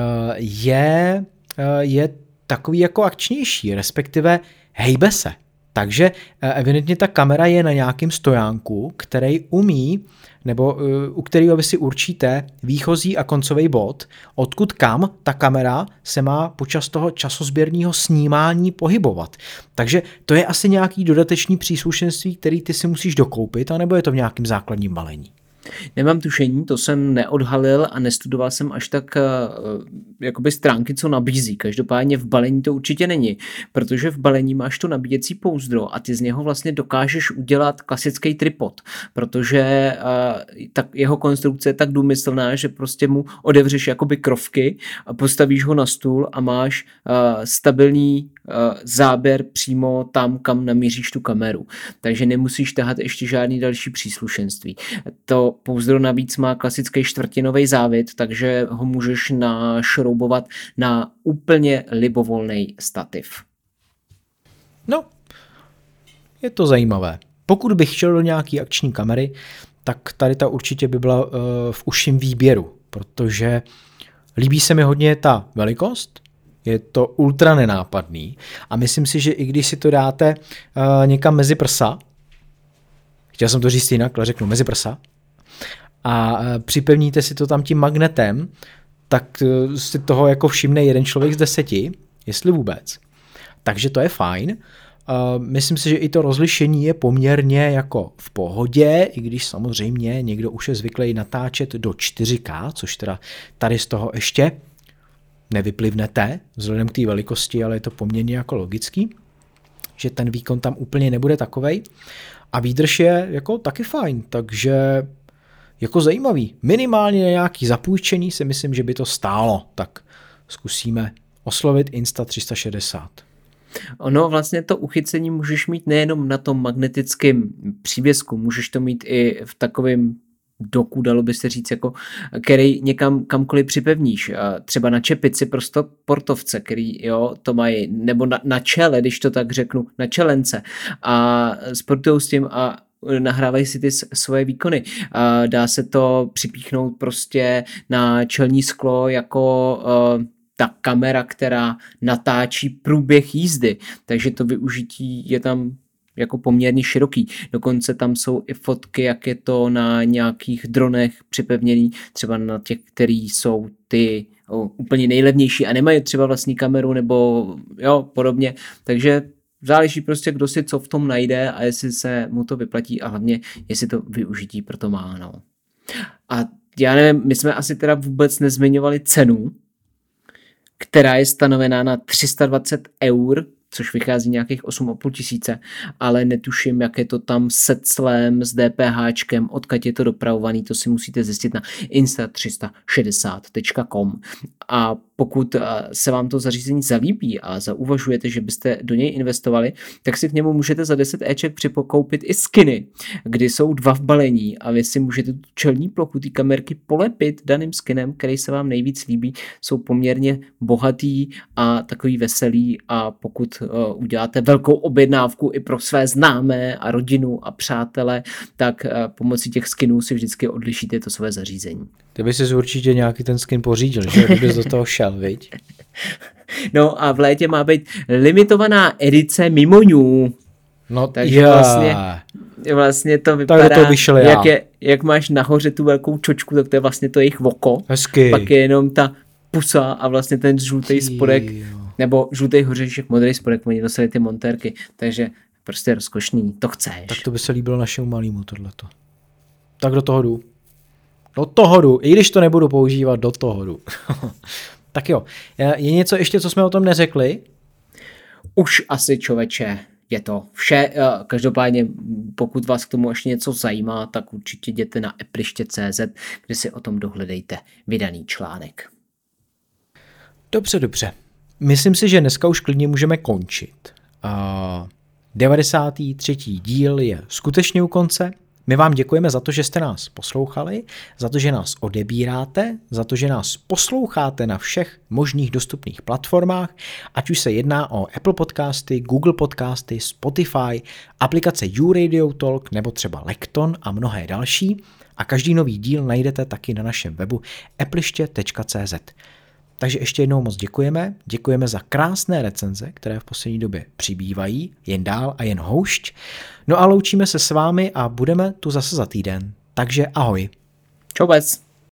je, je takový jako akčnější, respektive hejbe se. Takže evidentně ta kamera je na nějakém stojánku, který umí, nebo u kterého vy si určíte výchozí a koncový bod, odkud kam ta kamera se má počas toho časozběrného snímání pohybovat. Takže to je asi nějaký dodatečný příslušenství, který ty si musíš dokoupit, anebo je to v nějakém základním balení? Nemám tušení, to jsem neodhalil a nestudoval jsem až tak uh, jakoby stránky, co nabízí. Každopádně v balení to určitě není, protože v balení máš to nabíjecí pouzdro a ty z něho vlastně dokážeš udělat klasický tripod, protože uh, tak jeho konstrukce je tak důmyslná, že prostě mu odevřeš jakoby krovky a postavíš ho na stůl a máš uh, stabilní uh, záběr přímo tam, kam namíříš tu kameru. Takže nemusíš tahat ještě žádný další příslušenství. To pouzdro navíc má klasický čtvrtinový závit, takže ho můžeš našroubovat na úplně libovolný stativ. No, je to zajímavé. Pokud bych šel do nějaký akční kamery, tak tady ta určitě by byla uh, v užším výběru, protože líbí se mi hodně ta velikost, je to ultra nenápadný a myslím si, že i když si to dáte uh, někam mezi prsa, chtěl jsem to říct jinak, ale řeknu mezi prsa, a připevníte si to tam tím magnetem, tak si toho jako všimne jeden člověk z deseti, jestli vůbec. Takže to je fajn. Myslím si, že i to rozlišení je poměrně jako v pohodě, i když samozřejmě někdo už je zvyklý natáčet do čtyři ká, což teda tady z toho ještě nevyplivnete, vzhledem k té velikosti, ale je to poměrně jako logický, že ten výkon tam úplně nebude takovej. A výdrž je jako taky fajn, takže jako zajímavý. Minimálně na nějaký zapůjčení si myslím, že by to stálo. Tak zkusíme oslovit Insta tři sta šedesát. Ono vlastně to uchycení můžeš mít nejenom na tom magnetickém přívěsku, můžeš to mít i v takovém doku, dalo by se říct, jako, který někam kamkoliv připevníš. Třeba na čepici prostě portovce, který jo, to mají, nebo na, na čele, když to tak řeknu, na čelence. A sportujou s tím a nahrávají si ty svoje výkony. Dá se to připíchnout prostě na čelní sklo jako ta kamera, která natáčí průběh jízdy, takže to využití je tam jako poměrně široký. Dokonce tam jsou i fotky, jak je to na nějakých dronech připevněný, třeba na těch, který jsou ty o, úplně nejlevnější a nemají třeba vlastní kameru nebo jo, podobně. Takže záleží prostě, kdo si co v tom najde a jestli se mu to vyplatí a hlavně, jestli to využití pro to má. No. A já nevím, my jsme asi teda vůbec nezmiňovali cenu, která je stanovená na tři sta dvacet eur, což vychází nějakých osm a půl tisíce, ale netuším, jak je to tam se clem, s DPHčkem, odkud je to dopravovaný, to si musíte zjistit na insta tři sta šedesát tečka com. A pokud se vám to zařízení zalíbí a zauvažujete, že byste do něj investovali, tak si k němu můžete za deset éček připokoupit i skiny, kdy jsou dva v balení a vy si můžete tu čelní plochu té kamerky polepit daným skinem, který se vám nejvíc líbí. Jsou poměrně bohatý a takový veselý a pokud uh, uděláte velkou objednávku i pro své známé a rodinu a přátele, tak uh, pomocí těch skinů si vždycky odlišíte to své zařízení. Ty by si určitě nějaký ten skin pořídil, že? Kdybys do toho šel, viď? No a v létě má být limitovaná edice Mimoňů. No takže já. vlastně, vlastně to vypadá, tak to vyšel já. Jak, je, jak máš nahoře tu velkou čočku, tak to je vlastně to jejich oko. Hezky. Pak je jenom ta pusa a vlastně ten žlutý spodek, nebo žlutý hořeček, modrý spodek, oni nosili ty montérky, takže prostě rozkošný, to chceš. Tak to by se líbilo našemu malýmu tohleto. Tak do toho jdu. Do toho jdu, i když to nebudu používat, do toho jdu. Tak jo, je něco ještě, co jsme o tom neřekli? Už asi, člověče, je to vše. Každopádně, pokud vás k tomu ještě něco zajímá, tak určitě jděte na epliště tečka cé zet, kde si o tom dohledejte vydaný článek. Dobře, dobře. Myslím si, že dneska už klidně můžeme končit. Uh, devadesátý třetí díl je skutečně u konce. My vám děkujeme za to, že jste nás poslouchali, za to, že nás odebíráte, za to, že nás posloucháte na všech možných dostupných platformách, ať už se jedná o Apple Podcasty, Google Podcasty, Spotify, aplikace YouRadio Talk nebo třeba Lekton a mnohé další. A každý nový díl najdete taky na našem webu epliště tečka cé zet. Takže ještě jednou moc děkujeme. Děkujeme za krásné recenze, které v poslední době přibývají, jen dál a jen houšť. No a loučíme se s vámi a budeme tu zase za týden. Takže ahoj. Čau, bec.